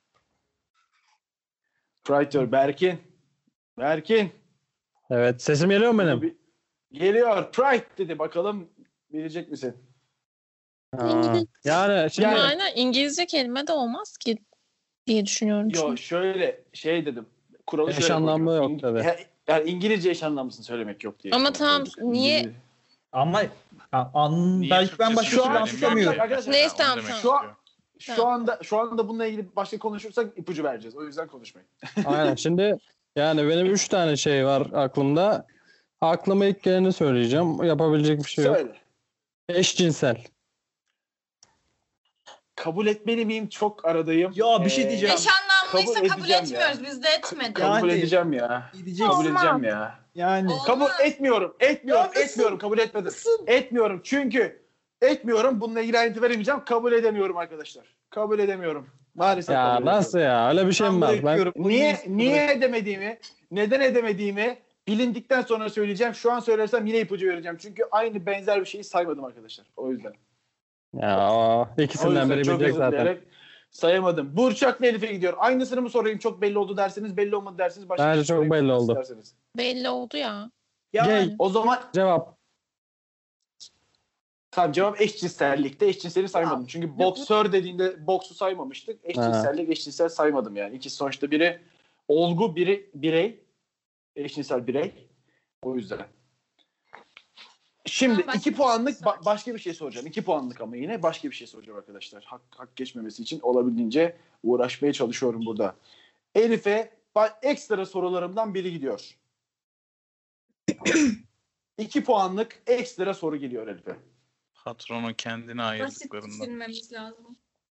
Pride diyor. Berkin. Berkin. Evet. Sesim geliyor mu benim? Bir- Geliyor. Pride dedi. Bakalım bilecek misin? Ha. Yani şimdi Yani- Aynen İngilizce kelime de olmaz ki diye düşünüyorum. Yo çünkü. şöyle şey dedim. Kuralı Eş şöyle anlamlı koyuyorum. yok dedi. he- Yani İngilizce eş anlamlısını söylemek yok diye. Ama tamam, niye- İngilizce- Ama ya, an, Niye belki ben Türkçe başka Şu an- türlü söylemiyor? anlatamıyorum. Arkadaşlar, Neyse, Onu tamam, demek tamam. istiyor. Şu Tamam. anda şu anda bununla ilgili başka konuşursak ipucu vereceğiz. O yüzden konuşmayın. aynen. Şimdi yani benim üç tane şey var aklımda. Aklıma ilk geleni söyleyeceğim. Yapabilecek bir şey yok. Söyle. Eşcinsel. Kabul etmeli miyim? Çok aradayım. Ya bir şey Ee, diyeceğim. Eş anlamlıysa Kabul kabul, edeceğim etmiyoruz. ya. Biz de etmedik. Kabul Yani- edeceğim ya. Diyeceksin. Kabul edeceğim ya. Yani Olmaz. Kabul etmiyorum. Etmiyorum. Ya nasıl? Etmiyorum. Kabul etmedim. Etmiyorum. Çünkü etmiyorum. Bununla ilgili ayrıntı veremeyeceğim. Kabul edemiyorum arkadaşlar. Kabul edemiyorum. Maalesef Ya kabul nasıl edemiyorum. ya? Öyle bir şey mi Ben var? Ben bırakıyorum. Bunu Niye nasıl- niye edemediğimi, neden edemediğimi bilindikten sonra söyleyeceğim. Şu an söylersem yine ipucu vereceğim. Çünkü aynı benzer bir şeyi saymadım arkadaşlar. O yüzden. ya O ikisinden yüzden biri çok bilecek özür zaten. dileyerek sayamadım. Burçak'la Elif'e gidiyor. Aynısını mı sorayım? Çok belli oldu dersiniz, belli olmadı dersiniz. Başka Bence bir şey çok sorayım belli oldu. dersiniz. Belli oldu ya. Yani O zaman Cevap. tamam, cevap eşcinsellikte. Eşcinseli saymadım. Çünkü boksör dediğinde boksu saymamıştık. Eşcinsellik, eşcinsel saymadım yani. İkisi sonuçta biri olgu, biri birey. Eşcinsel birey. O yüzden. Şimdi Ben başka iki bir puanlık şey ba- başka bir şey soracağım. İki puanlık ama yine başka bir şey soracağım arkadaşlar. Hak, hak geçmemesi için olabildiğince uğraşmaya çalışıyorum burada. Elif'e ba- ekstra sorularımdan biri gidiyor. İki puanlık ekstra soru geliyor Elif'e. Patronun kendine Basit ayırdıklarından. düşünmemiz lazım.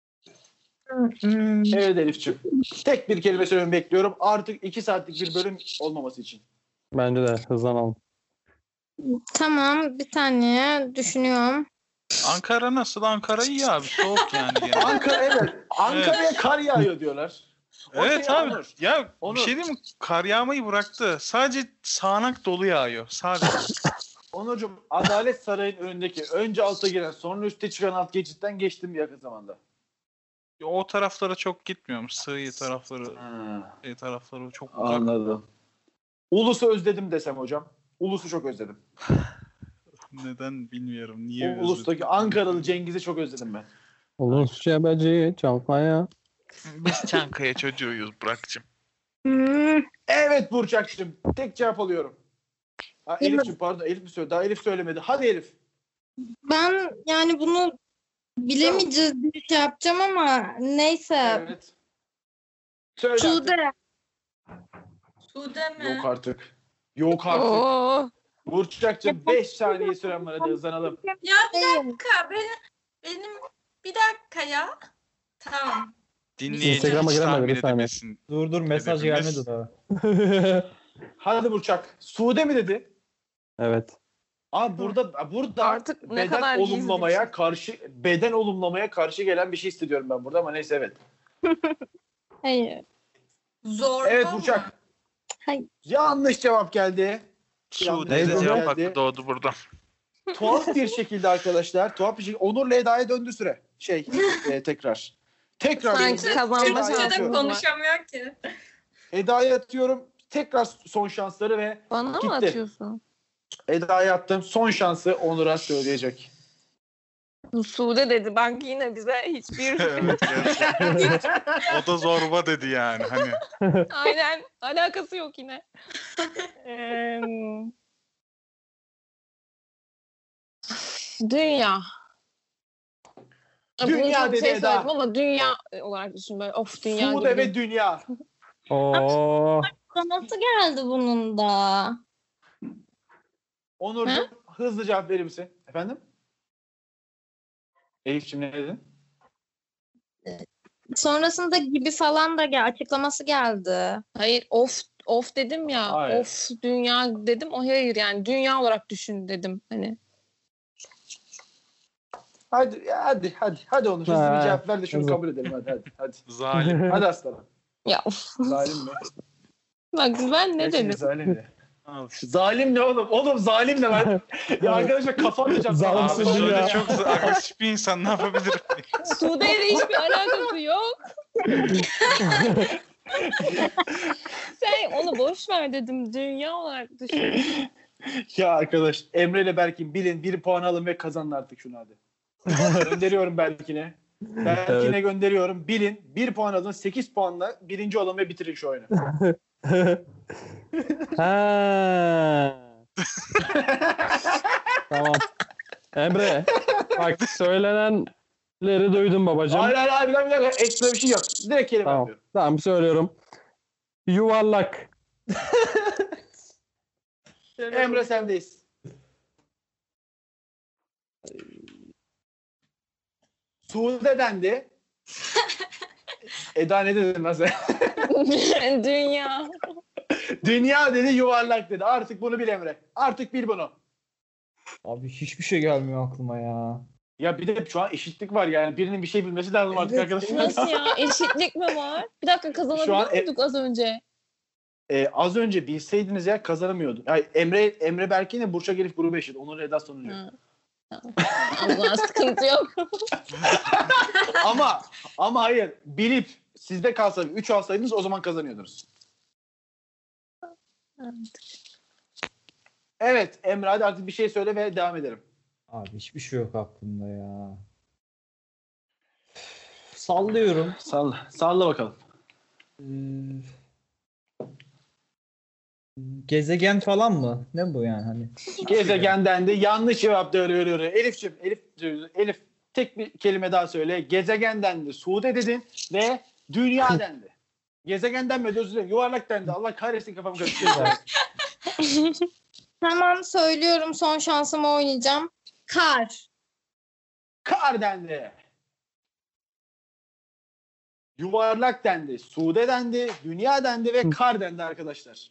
Evet Elif'ciğim. Tek bir kelime söylemeni bekliyorum. Artık iki saatlik bir bölüm olmaması için. Bence de hızlanalım. Tamam, bir saniye düşünüyorum. Ankara nasıl? Ankara iyi abi. Soğuk yani. gene. Ankara evet. Ankara'ya kar yağıyor diyorlar. Evet Okey, abi. Onur. Ya Onur. bir şey diyeyim mi? Kar yağmayı bıraktı. Sadece sağanak dolu yağıyor. Sadece. Onurcuğum, Adalet Sarayı'nın önündeki önce alta giren sonra üste çıkan alt geçitten geçtim yakın zamanda. O taraflara çok gitmiyorum. Sığ tarafları, Ha, şey tarafları çok uzak. anladım. Ulus'u özledim desem hocam. Ulus'u çok özledim. Neden bilmiyorum. Niye Ulus'taki özledim? Ankaralı Cengiz'i çok özledim ben. Ulus cebeci çalkaya. Biz Çankaya çocuğuyuz Burak'cığım. Hmm, Evet Burçak'cığım. Tek cevap alıyorum. Ha, Değil mi? Elif'ciğim pardon. Elif mi söyledi? Daha Elif söylemedi. Hadi Elif. ben yani bunu bilemeyeceğiz bir şey yapacağım ama neyse. Evet. Söyle artık. Sude. Sude mi? Yok artık. Yok artık. Oo. Burçak'cığım beş saniye süren var, hadi hızlanalım. Ya bir Değil. dakika benim benim bir dakika ya. Tamam. Dinleyici Instagram'a hiç giremedi, tahmin bir saniye. edemesin. Dur dur mesaj Hedefimiz- gelmedi daha. Hadi Burçak. Sude mi dedi? Evet. Abi burada burada Artık ne beden kadar gizli bir olumlamaya şey. karşı beden olumlamaya karşı gelen bir şey hissediyorum ben burada, ama neyse, evet. Hayır. Zor. Evet Burçak. Hayır. Yanlış cevap geldi. Sude'de Neydi? cevap Geldi. hakkı doğdu buradan. Tuhaf bir şekilde arkadaşlar. Tuhaf bir şekilde. Onur'la Eda'ya döndü süre. Şey e, tekrar. Tekrar. Sanki döndü. kazanma Eda'ya Türkçe de atıyorum. şansımız var. konuşamıyor ki. Eda'ya atıyorum. Tekrar son şansları ve Bana mı Gitti. atıyorsun? Eda'ya attım. Son şansı Onur'a söyleyecek. Sude dedi. Bak yine bize hiçbir Evet, gerçekten. O da zorba dedi yani. Hani aynen alakası yok yine. Eee, dünya. Bunu Dünya çok dedi şey Eda. söyledim ama dünya olarak düşün böyle. Of dünya Sude gibi. ve Dünya. Oo. Nasıl geldi bunun da? Onurcuğum hızlı cevap verir misin? Efendim? Elif'ciğim ne dedin? Sonrasında gibi falan da gel açıklaması geldi. Hayır of of dedim ya. Hayır. Of dünya dedim. O hayır yani dünya olarak düşün dedim hani. Hadi hadi hadi hadi Onur, hızlı bir Ha, cevap ver de şunu hızlı. kabul edelim, hadi hadi hadi. zalim. Hadi aslanım. Ya of. Zalim mi? Bak ben ne Gerçekten dedim? Zalim mi? Al işte. Zalim ne oğlum? Oğlum zalim ne ben? Ya arkadaşlar kafa atacağım. Zalimsin Abi ya. Sude çok agresif bir insan, ne yapabilir? Sude ile hiçbir alakası yok. Sen onu boş ver dedim. Dünya olarak düşün. Ya arkadaş Emre ile Berkin bilin, bir puan alın ve kazanın artık şunu hadi. Gönderiyorum Berkin'e. Berkin'e Evet. gönderiyorum. Bilin, bir puan alın, sekiz puanla birinci olun ve bitirin şu oyunu. Ha. Tamam. Emre, bak söylenenleri duydum babacığım. Hayır hayır hayır, bir dakika, bir dakika. Ekstra bir şey yok. Direkt kelime Tamam. yapıyorum. Tamam söylüyorum. Yuvarlak. Emre sendeyiz. Sude dendi. Eda ne dedin lan sen? Dünya. Dünya dedi, yuvarlak dedi. Artık bunu bil Emre. Artık bil bunu. Abi hiçbir şey gelmiyor aklıma ya. Ya bir de şu an eşitlik var yani. Birinin bir şey bilmesi lazım artık Evet, arkadaşlar. Nasıl ya? Eşitlik mi var? Bir dakika Şu kazanabiliyor an e- muyduk az önce? Ee, az önce bilseydiniz ya kazanamıyordun. Yani Emre Emre Berkin'le Burçak Elif grubu eşit. Onur Eda sonuncu. Hı. Tamam. O zaman sıkıntı yok. ama ama hayır, bilip sizde kalsa üç alsaydınız o zaman kazanıyordunuz. Evet Emre, hadi artık bir şey söyle ve devam edelim. Abi hiçbir şey yok aklımda ya. Sallıyorum. Salla, salla bakalım. Ee, gezegen falan mı? Ne bu yani hani? Gezegenden de yanlış cevap da örüyor. Elif'ciğim, Elif, Elif tek bir kelime daha söyle. Gezegenden de Sude dedin ve dünya dendi. Gezegenden mi, özür dilerim, yuvarlak dendi. Allah kahretsin, kafamı karıştırdı. Tamam söylüyorum, son şansımı oynayacağım. Kar. Kar dendi. Yuvarlak dendi. Sude dendi. Dünya dendi ve kar dendi arkadaşlar.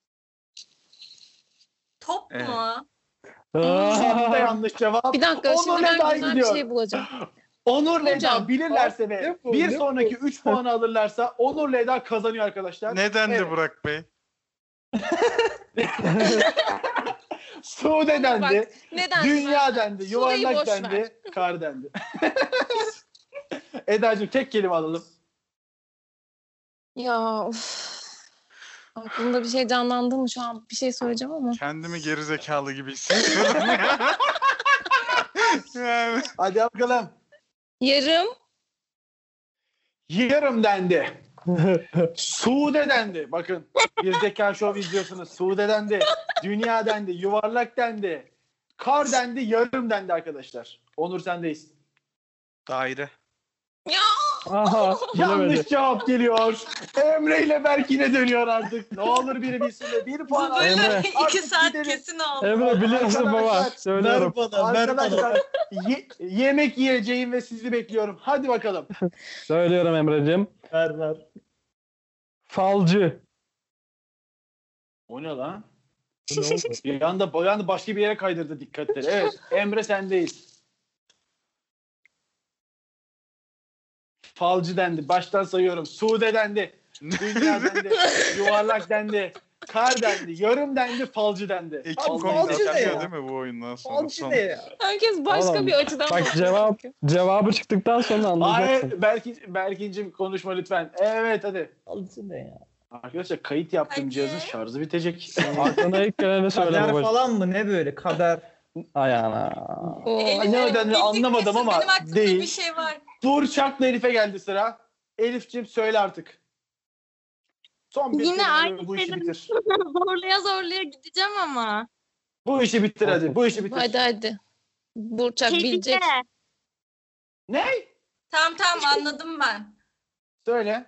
Top Evet. mu? Şimdi de yanlış cevap. Bir dakika Onur şimdi ben Eda güzel bir gidiyor. şey bulacağım. Onur Eda Hocam. bilirlerse ve Ne bu, bir ne bu? sonraki üç puanı alırlarsa Onur Eda kazanıyor arkadaşlar. Neden de Evet. Burak Bey? Sude dendi. Bak, neden? Dünya dendi. Sude'yi Yuvarlak boş dendi. ver. Kar dendi. Eda'cığım tek kelime alalım. Ya of. Aklımda bir şey canlandı mı şu an? Bir şey söyleyeceğim ama. Kendimi geri zekalı gibi hissediyorum ya. Yani. Hadi bakalım. Yarım. Yarım dendi. Sude dendi. Bakın bir zeka şov izliyorsunuz. Sude dendi. Dünya dendi. Yuvarlak dendi. Kar dendi. Yarım dendi arkadaşlar. Onur sendeyiz. Daire. Ya Aha, Yanlış bilemedi. cevap geliyor. Emre ile Berkin'e dönüyor artık. Ne olur biri bilsin de bir Bu puan alın. Emre. böyle Artık iki saat gidelim. kesin oldu. Emre biliyorsun baba. Arkadaşlar, Söylüyorum. Ver bana, ver bana. Arkadaşlar ye- yemek yiyeceğim ve sizi bekliyorum. Hadi bakalım. Söylüyorum Emre'cim. Ver ver. Falcı. O ne lan? Bu ne oldu? Bir anda, bir anda başka bir yere kaydırdı dikkatleri. Evet, Emre sendeyiz. Falcı dendi. Baştan sayıyorum. Sude dendi. Dünya dendi. Yuvarlak dendi. Kar dendi. Yarım dendi. Falcı dendi. Ekip Falcı Falcı konusu ne dendi. atıyor ya? değil mi bu oyundan sonra? Falcı Son- ne ya? Herkes başka Oğlum, bir açıdan Bak bakıyor cevap çünkü. cevabı çıktıktan sonra anlayacaksın. Hayır, Berkin, Berkin'cim konuşma lütfen. Evet hadi. Falcı ne ya? Arkadaşlar kayıt yaptığım Hadi. cihazın şarjı bitecek. Aklına ilk geleni söyle Kader babacığım. falan mı? Ne böyle? Kader. Ayağına. Oo. Elif'in ne ödendi bildik anlamadım kesin, ama benim aklımda değil. bir şey var. Burçak'la Elif'e geldi sıra. Elif'cim söyle artık. Son bir Yine kelime aynı bu işi şeyleri- bitir. Zorlaya zorlaya gideceğim ama. Bu işi bitir hadi. Bu işi bitir. Hadi hadi. Burçak bilecek. Hediye. Ne? Tamam tamam anladım ben. Söyle.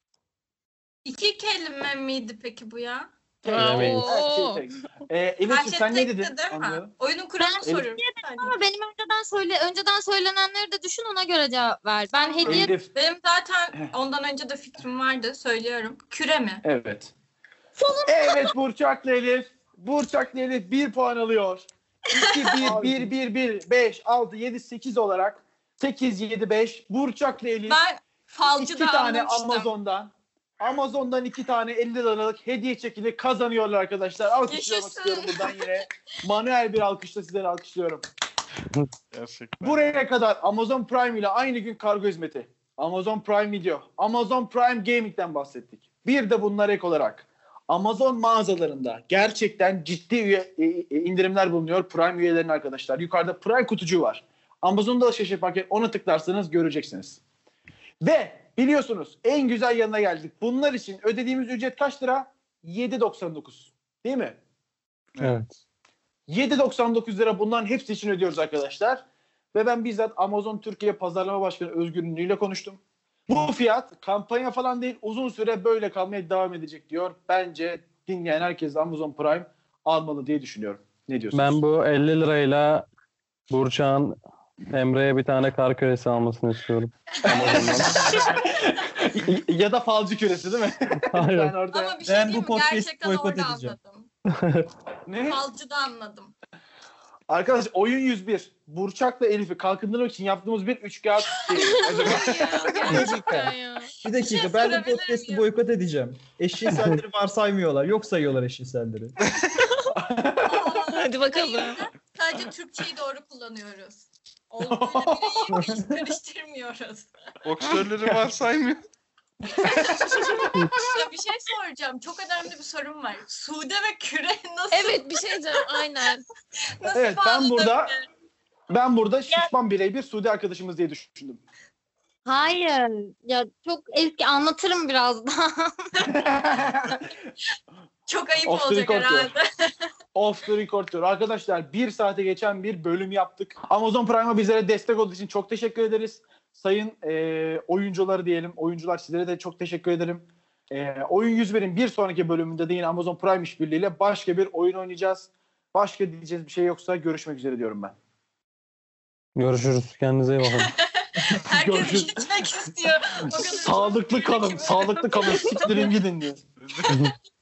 İki kelime miydi peki bu ya? Bilemeyiz. Oo. Evet, tek. Ee, Elif'ciğim Herkes sen ne tekti dedin? değil mi? Anlıyorum. Oyunun kuralını Ben soruyorum. Ama benim önceden söyle önceden söylenenleri de düşün ona göre cevap ver. Ben hediye Elif. Benim zaten ondan önce de fikrim vardı. Söylüyorum. Küre mi? Evet. Evet Burçak'la Elif. Burçak'la Elif bir puan alıyor. iki, bir, bir, bir, bir, beş, altı, yedi, sekiz olarak sekiz, yedi, beş. Burçak'la Elif Ben falcı iki da tane anlamıştım. Amazon'dan Amazon'dan iki tane elli liralık hediye çekini kazanıyorlar arkadaşlar. Alkışlamak Yaşasın. istiyorum buradan yine. Manuel bir alkışla sizleri alkışlıyorum. Gerçekten. Buraya kadar Amazon Prime ile aynı gün kargo hizmeti, Amazon Prime Video, Amazon Prime Gaming'den bahsettik. Bir de bunlar ek olarak Amazon mağazalarında gerçekten ciddi üye, e, e, indirimler bulunuyor Prime üyelerinin arkadaşlar. Yukarıda Prime kutucuğu var. Amazon'da alışveriş yaparken ona tıklarsanız göreceksiniz. Ve biliyorsunuz en güzel yanına geldik. Bunlar için ödediğimiz ücret kaç lira? yedi doksan dokuz. Değil mi? Evet. yedi doksan dokuz lira bunların hepsi için ödüyoruz arkadaşlar. Ve ben bizzat Amazon Türkiye Pazarlama Başkanı Özgür Ünlü ile konuştum. Bu fiyat kampanya falan değil, uzun süre böyle kalmaya devam edecek diyor. Bence dinleyen herkes de Amazon Prime almalı diye düşünüyorum. Ne diyorsunuz? Ben bu elli lirayla Burçak'ın Emre'ye bir tane kar küresi almasını istiyorum. Ya da falcı küresi değil mi? Hayır. Ben orada... Ama bir şey Ben diyeyim bu mi? podcast'i Gerçekten boykot orada edeceğim. anladım. Ne? Falcı da anladım. Arkadaş oyun yüz bir. Burçak'la Elif'i kalkındırmak için yaptığımız bir üç kağıt şey. Acaba- Gerçekten ya. Bir dakika şey ben bu sorabilir podcast'i miyim? boykot edeceğim. Eşcinselleri varsaymıyorlar. Yok sayıyorlar eşcinselleri. Hadi bakalım. Sadece Türkçeyi doğru kullanıyoruz. Olduğuyla bireyi hiç karıştırmıyoruz. Boksörleri varsaymıyor. Ya bir şey soracağım. Çok önemli bir sorum var. Sude ve Küre nasıl, Evet bir şey diyeceğim aynen. nasıl Evet, ben bağlanabilir? burada- Ben burada şişman birey bir Suudi arkadaşımız diye düşündüm. Hayır. Ya çok eski anlatırım birazdan. Çok ayıp Off the olacak record diyor. herhalde. Off the record diyor. Arkadaşlar bir saate geçen bir bölüm yaptık. Amazon Prime'a bizlere destek olduğu için çok teşekkür ederiz. Sayın e, oyuncuları diyelim. Oyuncular sizlere de çok teşekkür ederim. E, Oyun yüz birin bir sonraki bölümünde de yine Amazon Prime işbirliğiyle başka bir oyun oynayacağız. Başka diyeceğiz bir şey yoksa görüşmek üzere diyorum ben. Görüşürüz. Kendinize iyi bakın. Herkes Görüşürüz. içmek istiyor. O kadar Sağlıklı kalın, sağlıklı kalın. Siktirin gidin diyor.